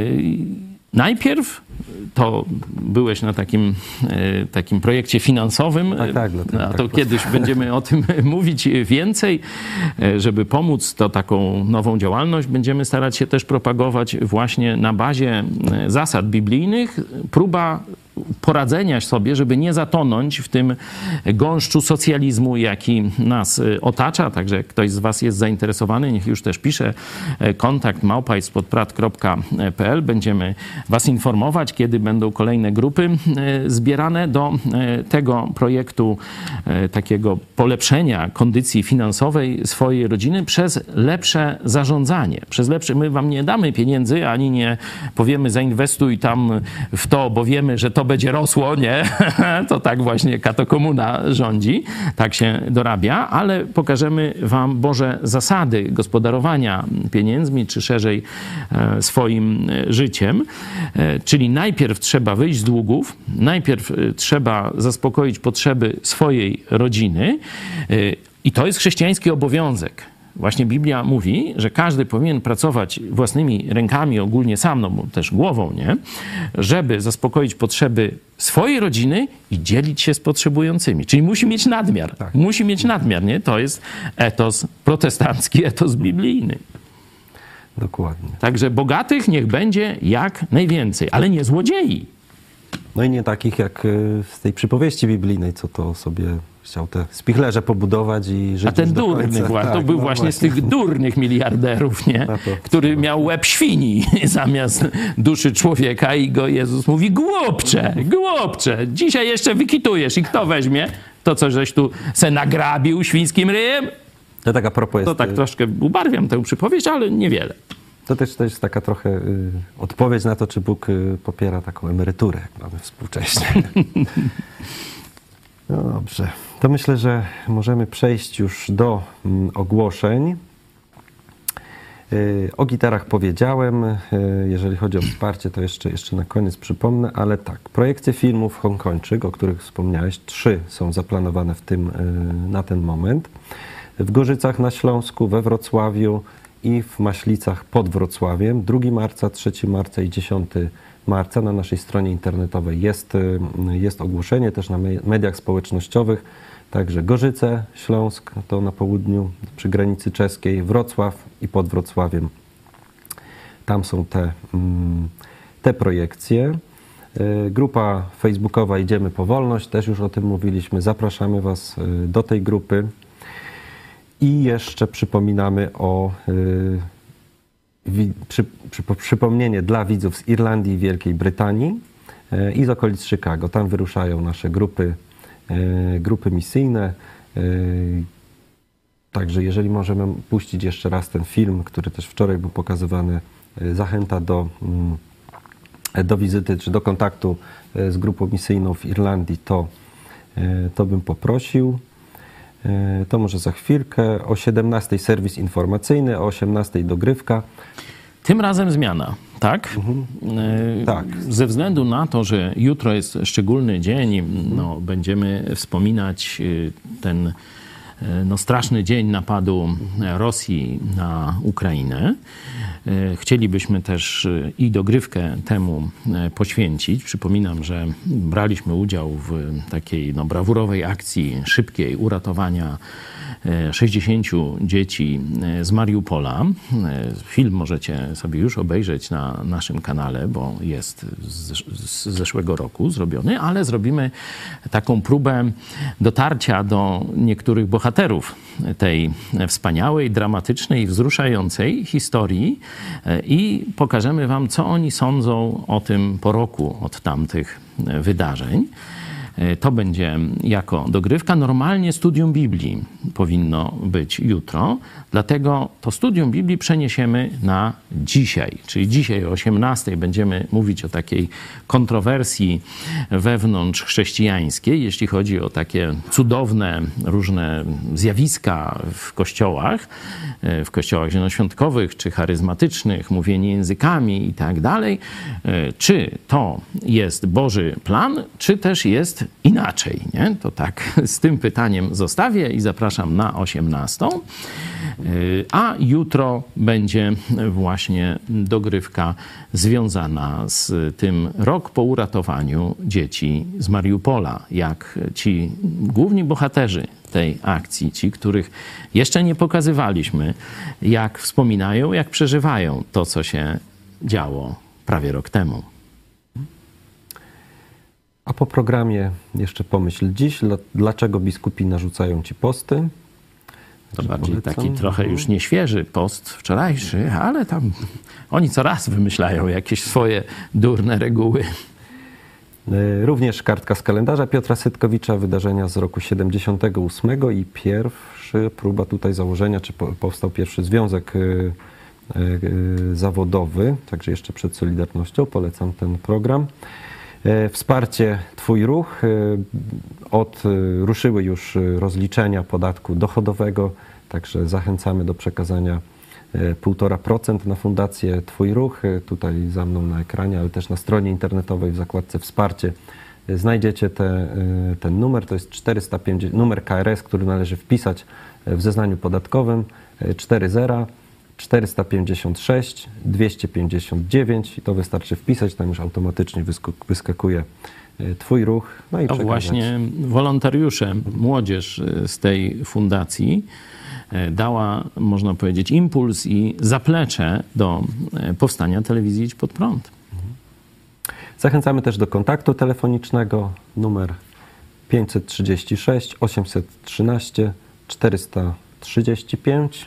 [SPEAKER 3] Y- Najpierw to byłeś na takim, takim projekcie finansowym,
[SPEAKER 1] tak, tak, dlatego,
[SPEAKER 3] a to
[SPEAKER 1] tak,
[SPEAKER 3] kiedyś będziemy o tym mówić więcej. Żeby pomóc, to taką nową działalność będziemy starać się też propagować właśnie na bazie zasad biblijnych. Próba poradzenia sobie, żeby nie zatonąć w tym gąszczu socjalizmu, jaki nas otacza. Także jak ktoś z was jest zainteresowany, niech już też pisze kontakt małpa spod prat kropka p l. Będziemy was informować, kiedy będą kolejne grupy zbierane do tego projektu takiego polepszenia kondycji finansowej swojej rodziny przez lepsze zarządzanie. Przez lepsze, my wam nie damy pieniędzy, ani nie powiemy zainwestuj tam w to, bo wiemy, że to będzie rosło, nie? To tak właśnie katokomuna rządzi, tak się dorabia, ale pokażemy wam Boże zasady gospodarowania pieniędzmi, czy szerzej swoim życiem. Czyli najpierw trzeba wyjść z długów, najpierw trzeba zaspokoić potrzeby swojej rodziny i to jest chrześcijański obowiązek. Właśnie Biblia mówi, że każdy powinien pracować własnymi rękami, ogólnie sam, no bo też głową, nie? Żeby zaspokoić potrzeby swojej rodziny i dzielić się z potrzebującymi. Czyli musi mieć nadmiar. Tak. Musi mieć nadmiar, nie? To jest etos protestancki, etos biblijny.
[SPEAKER 1] Dokładnie.
[SPEAKER 3] Także bogatych niech będzie jak najwięcej, ale nie złodziei.
[SPEAKER 1] No i nie takich jak z tej przypowieści biblijnej, co to sobie chciał te spichlerze pobudować i żyć.
[SPEAKER 3] A ten
[SPEAKER 1] do
[SPEAKER 3] durny,
[SPEAKER 1] końca.
[SPEAKER 3] właśnie,
[SPEAKER 1] tak,
[SPEAKER 3] to był
[SPEAKER 1] no
[SPEAKER 3] właśnie,
[SPEAKER 1] właśnie
[SPEAKER 3] z tych durnych miliarderów, nie?
[SPEAKER 1] to,
[SPEAKER 3] Który miał łeb świni zamiast duszy człowieka i go Jezus mówi, głupcze, głupcze, dzisiaj jeszcze wykitujesz i kto weźmie to, co żeś tu se nagrabił świńskim ryjem?
[SPEAKER 1] To tak a propos jest...
[SPEAKER 3] To tak troszkę ubarwiam tę przypowieść, ale niewiele.
[SPEAKER 1] To też to jest taka trochę y, odpowiedź na to, czy Bóg y, popiera taką emeryturę, jak mamy współcześnie. No dobrze. To myślę, że możemy przejść już do mm, ogłoszeń. Y, o gitarach powiedziałem. Y, jeżeli chodzi o wsparcie, to jeszcze, jeszcze na koniec przypomnę, ale tak. Projekcje filmów Hongkończyk, o których wspomniałeś, trzy są zaplanowane w tym, y, na ten moment. W Gorzycach na Śląsku, we Wrocławiu i w Maślicach pod Wrocławiem. drugiego marca, trzeciego marca i dziesiątego marca na naszej stronie internetowej jest, jest ogłoszenie, też na mediach społecznościowych. Także Gorzyce, Śląsk, to na południu przy granicy czeskiej, Wrocław i pod Wrocławiem. Tam są te, te projekcje. Grupa facebookowa Idziemy po wolność, też już o tym mówiliśmy. Zapraszamy was do tej grupy. I jeszcze przypominamy o y, wi, przy, przy, przypomnienie dla widzów z Irlandii i Wielkiej Brytanii y, i z okolic Chicago. Tam wyruszają nasze grupy, y, grupy misyjne. Y, także jeżeli możemy puścić jeszcze raz ten film, który też wczoraj był pokazywany, y, zachęta do, y, do wizyty czy do kontaktu y, z grupą misyjną w Irlandii, to, y, to bym poprosił. To może za chwilkę. O siedemnastej serwis informacyjny, o osiemnastej dogrywka.
[SPEAKER 3] Tym razem zmiana, tak?
[SPEAKER 1] Mhm.
[SPEAKER 3] E,
[SPEAKER 1] tak.
[SPEAKER 3] Ze względu na to, że jutro jest szczególny dzień, no, będziemy wspominać ten no, straszny dzień napadu Rosji na Ukrainę. Chcielibyśmy też i dogrywkę temu poświęcić. Przypominam, że braliśmy udział w takiej no, brawurowej akcji szybkiej uratowania sześćdziesięciu dzieci z Mariupola. Film możecie sobie już obejrzeć na naszym kanale, bo jest z, z zeszłego roku zrobiony, ale zrobimy taką próbę dotarcia do niektórych bohaterów bohaterów tej wspaniałej, dramatycznej, wzruszającej historii i pokażemy wam, co oni sądzą o tym po roku od tamtych wydarzeń. To będzie jako dogrywka. Normalnie studium Biblii powinno być jutro, dlatego to studium Biblii przeniesiemy na dzisiaj. Czyli dzisiaj o osiemnastej będziemy mówić o takiej kontrowersji wewnątrz chrześcijańskiej, jeśli chodzi o takie cudowne różne zjawiska w kościołach, w kościołach zielonoświątkowych czy charyzmatycznych, mówienie językami i tak dalej. Czy to jest Boży plan, czy też jest inaczej, nie? To tak z tym pytaniem zostawię i zapraszam na osiemnastą. A jutro będzie właśnie dogrywka związana z tym rok po uratowaniu dzieci z Mariupola. Jak ci główni bohaterzy tej akcji, ci, których jeszcze nie pokazywaliśmy, jak wspominają, jak przeżywają to, co się działo prawie rok temu.
[SPEAKER 1] A po programie jeszcze pomyśl dziś, dlaczego biskupi narzucają ci posty.
[SPEAKER 3] To bardziej taki trochę już nieświeży post wczorajszy, ale tam oni co raz wymyślają jakieś swoje durne reguły.
[SPEAKER 1] Również kartka z kalendarza Piotra Sytkowicza, wydarzenia z roku siedemdziesiątego ósmego i pierwszy próba tutaj założenia, czy powstał pierwszy związek zawodowy, także jeszcze przed Solidarnością, polecam ten program. Wsparcie Twój Ruch. Od, ruszyły już rozliczenia podatku dochodowego, także zachęcamy do przekazania półtora procent na Fundację Twój Ruch. Tutaj za mną na ekranie, ale też na stronie internetowej w zakładce Wsparcie znajdziecie te, ten numer. To jest czterysta pięćdziesiąt, numer K R S, który należy wpisać w zeznaniu podatkowym. cztery zero czterysta pięćdziesiąt sześć dwieście pięćdziesiąt dziewięć i to wystarczy wpisać, tam już automatycznie wyskakuje Twój Ruch. No i
[SPEAKER 3] to właśnie wolontariusze, młodzież z tej fundacji dała, można powiedzieć, impuls i zaplecze do powstania telewizji Idź Pod Prąd.
[SPEAKER 1] Zachęcamy też do kontaktu telefonicznego, numer pięćset trzydzieści sześć osiemset trzynaście czterysta trzydzieści pięć.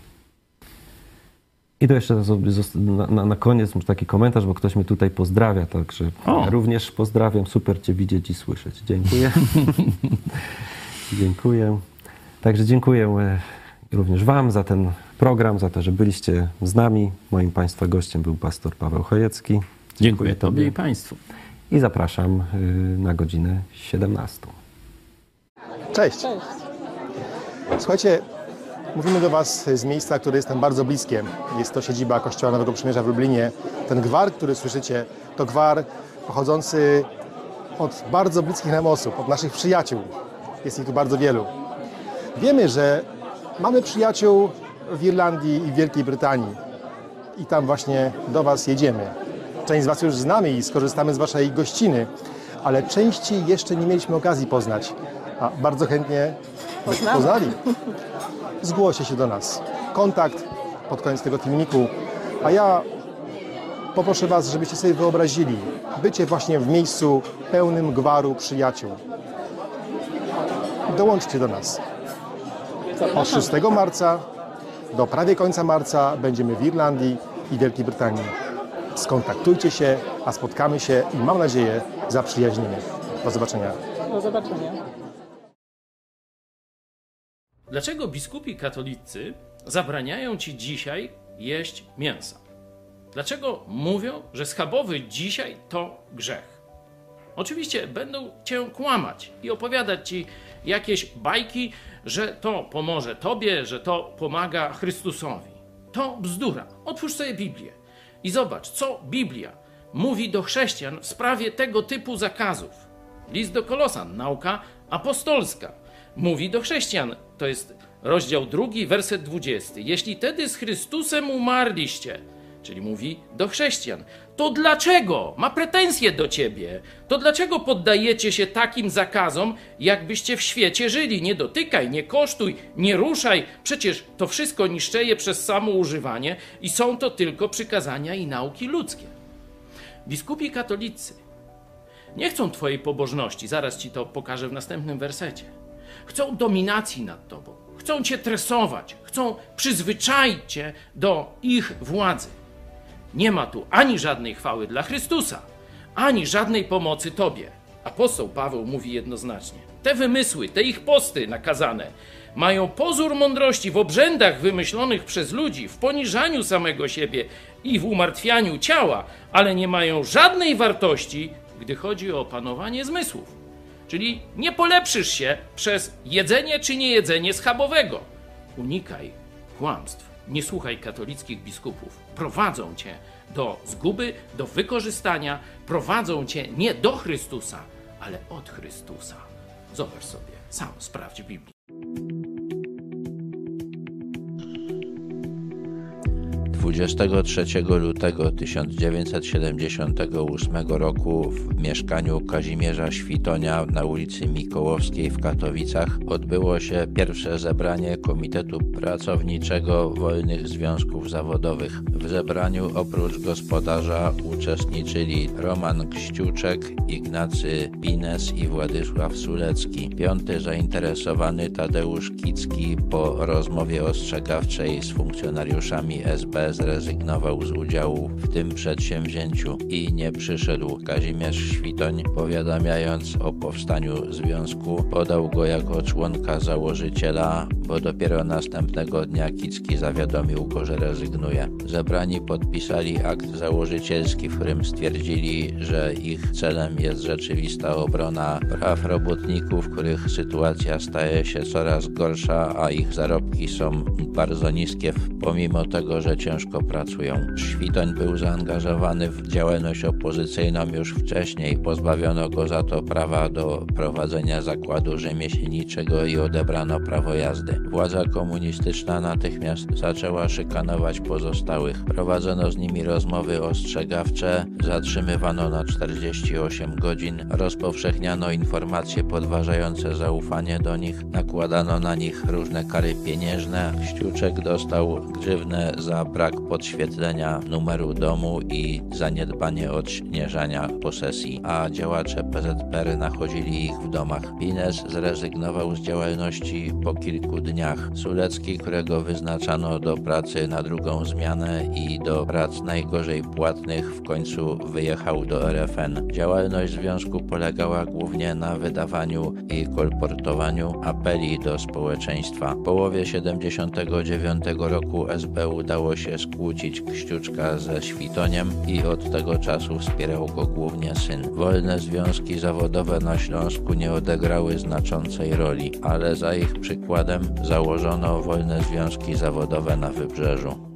[SPEAKER 1] I to jeszcze na, na, na koniec może taki komentarz, bo ktoś mnie tutaj pozdrawia, także ja również pozdrawiam. Super Cię widzieć i słyszeć. Dziękuję. Dziękuję. Także dziękuję również Wam za ten program, za to, że byliście z nami. Moim Państwa gościem był pastor Paweł Chojecki.
[SPEAKER 3] Dziękuję, dziękuję Tobie i Państwu.
[SPEAKER 1] I zapraszam na godzinę siedemnastą.
[SPEAKER 6] Cześć. Cześć. Słuchajcie, mówimy do Was z miejsca, które jest nam bardzo bliskie. Jest to siedziba Kościoła Nowego Przymierza w Lublinie. Ten gwar, który słyszycie, to gwar pochodzący od bardzo bliskich nam osób, od naszych przyjaciół. Jest ich tu bardzo wielu. Wiemy, że mamy przyjaciół w Irlandii i w Wielkiej Brytanii. I tam właśnie do Was jedziemy. Część z Was już znamy i skorzystamy z Waszej gościny, ale części jeszcze nie mieliśmy okazji poznać. A bardzo chętnie
[SPEAKER 7] Poznamy.
[SPEAKER 6] poznali. Zgłoście się do nas. Kontakt pod koniec tego filmiku. A ja poproszę Was, żebyście sobie wyobrazili bycie właśnie w miejscu pełnym gwaru przyjaciół. Dołączcie do nas. Od szóstego marca do prawie końca marca będziemy w Irlandii i Wielkiej Brytanii. Skontaktujcie się, a spotkamy się i mam nadzieję zaprzyjaźnimy. Do zobaczenia.
[SPEAKER 7] Do zobaczenia.
[SPEAKER 3] Dlaczego biskupi katolicy zabraniają ci dzisiaj jeść mięsa? Dlaczego mówią, że schabowy dzisiaj to grzech? Oczywiście będą cię kłamać i opowiadać ci jakieś bajki, że to pomoże tobie, że to pomaga Chrystusowi. To bzdura. Otwórz sobie Biblię i zobacz, co Biblia mówi do chrześcijan w sprawie tego typu zakazów. List do Kolosan, nauka apostolska, mówi do chrześcijan. To jest rozdział drugi, werset dwudziesty. Jeśli tedy z Chrystusem umarliście, czyli mówi do chrześcijan, to dlaczego, ma pretensje do ciebie, to dlaczego poddajecie się takim zakazom, jakbyście w świecie żyli? Nie dotykaj, nie kosztuj, nie ruszaj. Przecież to wszystko niszczeje przez samo używanie i są to tylko przykazania i nauki ludzkie. Biskupi katolicy nie chcą twojej pobożności, zaraz ci to pokażę w następnym wersecie.
[SPEAKER 7] chcą dominacji nad tobą, chcą cię tresować, chcą przyzwyczaić cię do ich władzy. Nie ma tu ani żadnej chwały dla Chrystusa, ani żadnej pomocy tobie. Apostoł Paweł mówi jednoznacznie: te wymysły, te ich posty nakazane mają pozór mądrości w obrzędach wymyślonych przez ludzi, w poniżaniu samego siebie i w umartwianiu ciała, ale nie mają żadnej wartości, gdy chodzi o opanowanie zmysłów. Czyli nie polepszysz się przez jedzenie czy niejedzenie schabowego. Unikaj kłamstw. Nie słuchaj katolickich biskupów. Prowadzą cię do zguby, do wykorzystania. Prowadzą cię nie do Chrystusa, ale od Chrystusa. Zobacz sobie, sam sprawdź w Biblii.
[SPEAKER 8] dwudziestego trzeciego lutego tysiąc dziewięćset siedemdziesiątego ósmego roku w mieszkaniu Kazimierza Świtonia na ulicy Mikołowskiej w Katowicach odbyło się pierwsze zebranie Komitetu Pracowniczego Wolnych Związków Zawodowych. W zebraniu oprócz gospodarza uczestniczyli Roman Kściuczek, Ignacy Pines i Władysław Sulecki. Piąty zainteresowany Tadeusz Kicki po rozmowie ostrzegawczej z funkcjonariuszami S B zrezygnował z udziału w tym przedsięwzięciu i nie przyszedł. Kazimierz Świtoń, powiadamiając o powstaniu związku, podał go jako członka założyciela, bo dopiero następnego dnia Kicki zawiadomił go, że rezygnuje. Zebrani podpisali akt założycielski, w którym stwierdzili, że ich celem jest rzeczywista obrona praw robotników, których sytuacja staje się coraz gorsza, a ich zarobki są bardzo niskie, pomimo tego, że ciężko pracują. Świtoń był zaangażowany w działalność opozycyjną już wcześniej. Pozbawiono go za to prawa do prowadzenia zakładu rzemieślniczego i odebrano prawo jazdy. Władza komunistyczna natychmiast zaczęła szykanować pozostałych. Prowadzono z nimi rozmowy ostrzegawcze, zatrzymywano na czterdzieści osiem godzin, rozpowszechniano informacje podważające zaufanie do nich, nakładano na nich różne kary pieniężne. Kściuczek dostał grzywnę za brak podświetlenia numeru domu i zaniedbanie odśnieżania posesji, a działacze P Z P R nachodzili ich w domach. Pines zrezygnował z działalności po kilku dniach. Sulecki, którego wyznaczano do pracy na drugą zmianę i do prac najgorzej płatnych, w końcu wyjechał do R F N. Działalność związku polegała głównie na wydawaniu i kolportowaniu apeli do społeczeństwa. W połowie siedemdziesiątego dziewiątego roku S B udało się skłócić Kściuczka ze Świtoniem i od tego czasu wspierał go głównie syn. Wolne związki zawodowe na Śląsku nie odegrały znaczącej roli, ale za ich przykładem założono wolne związki zawodowe na Wybrzeżu.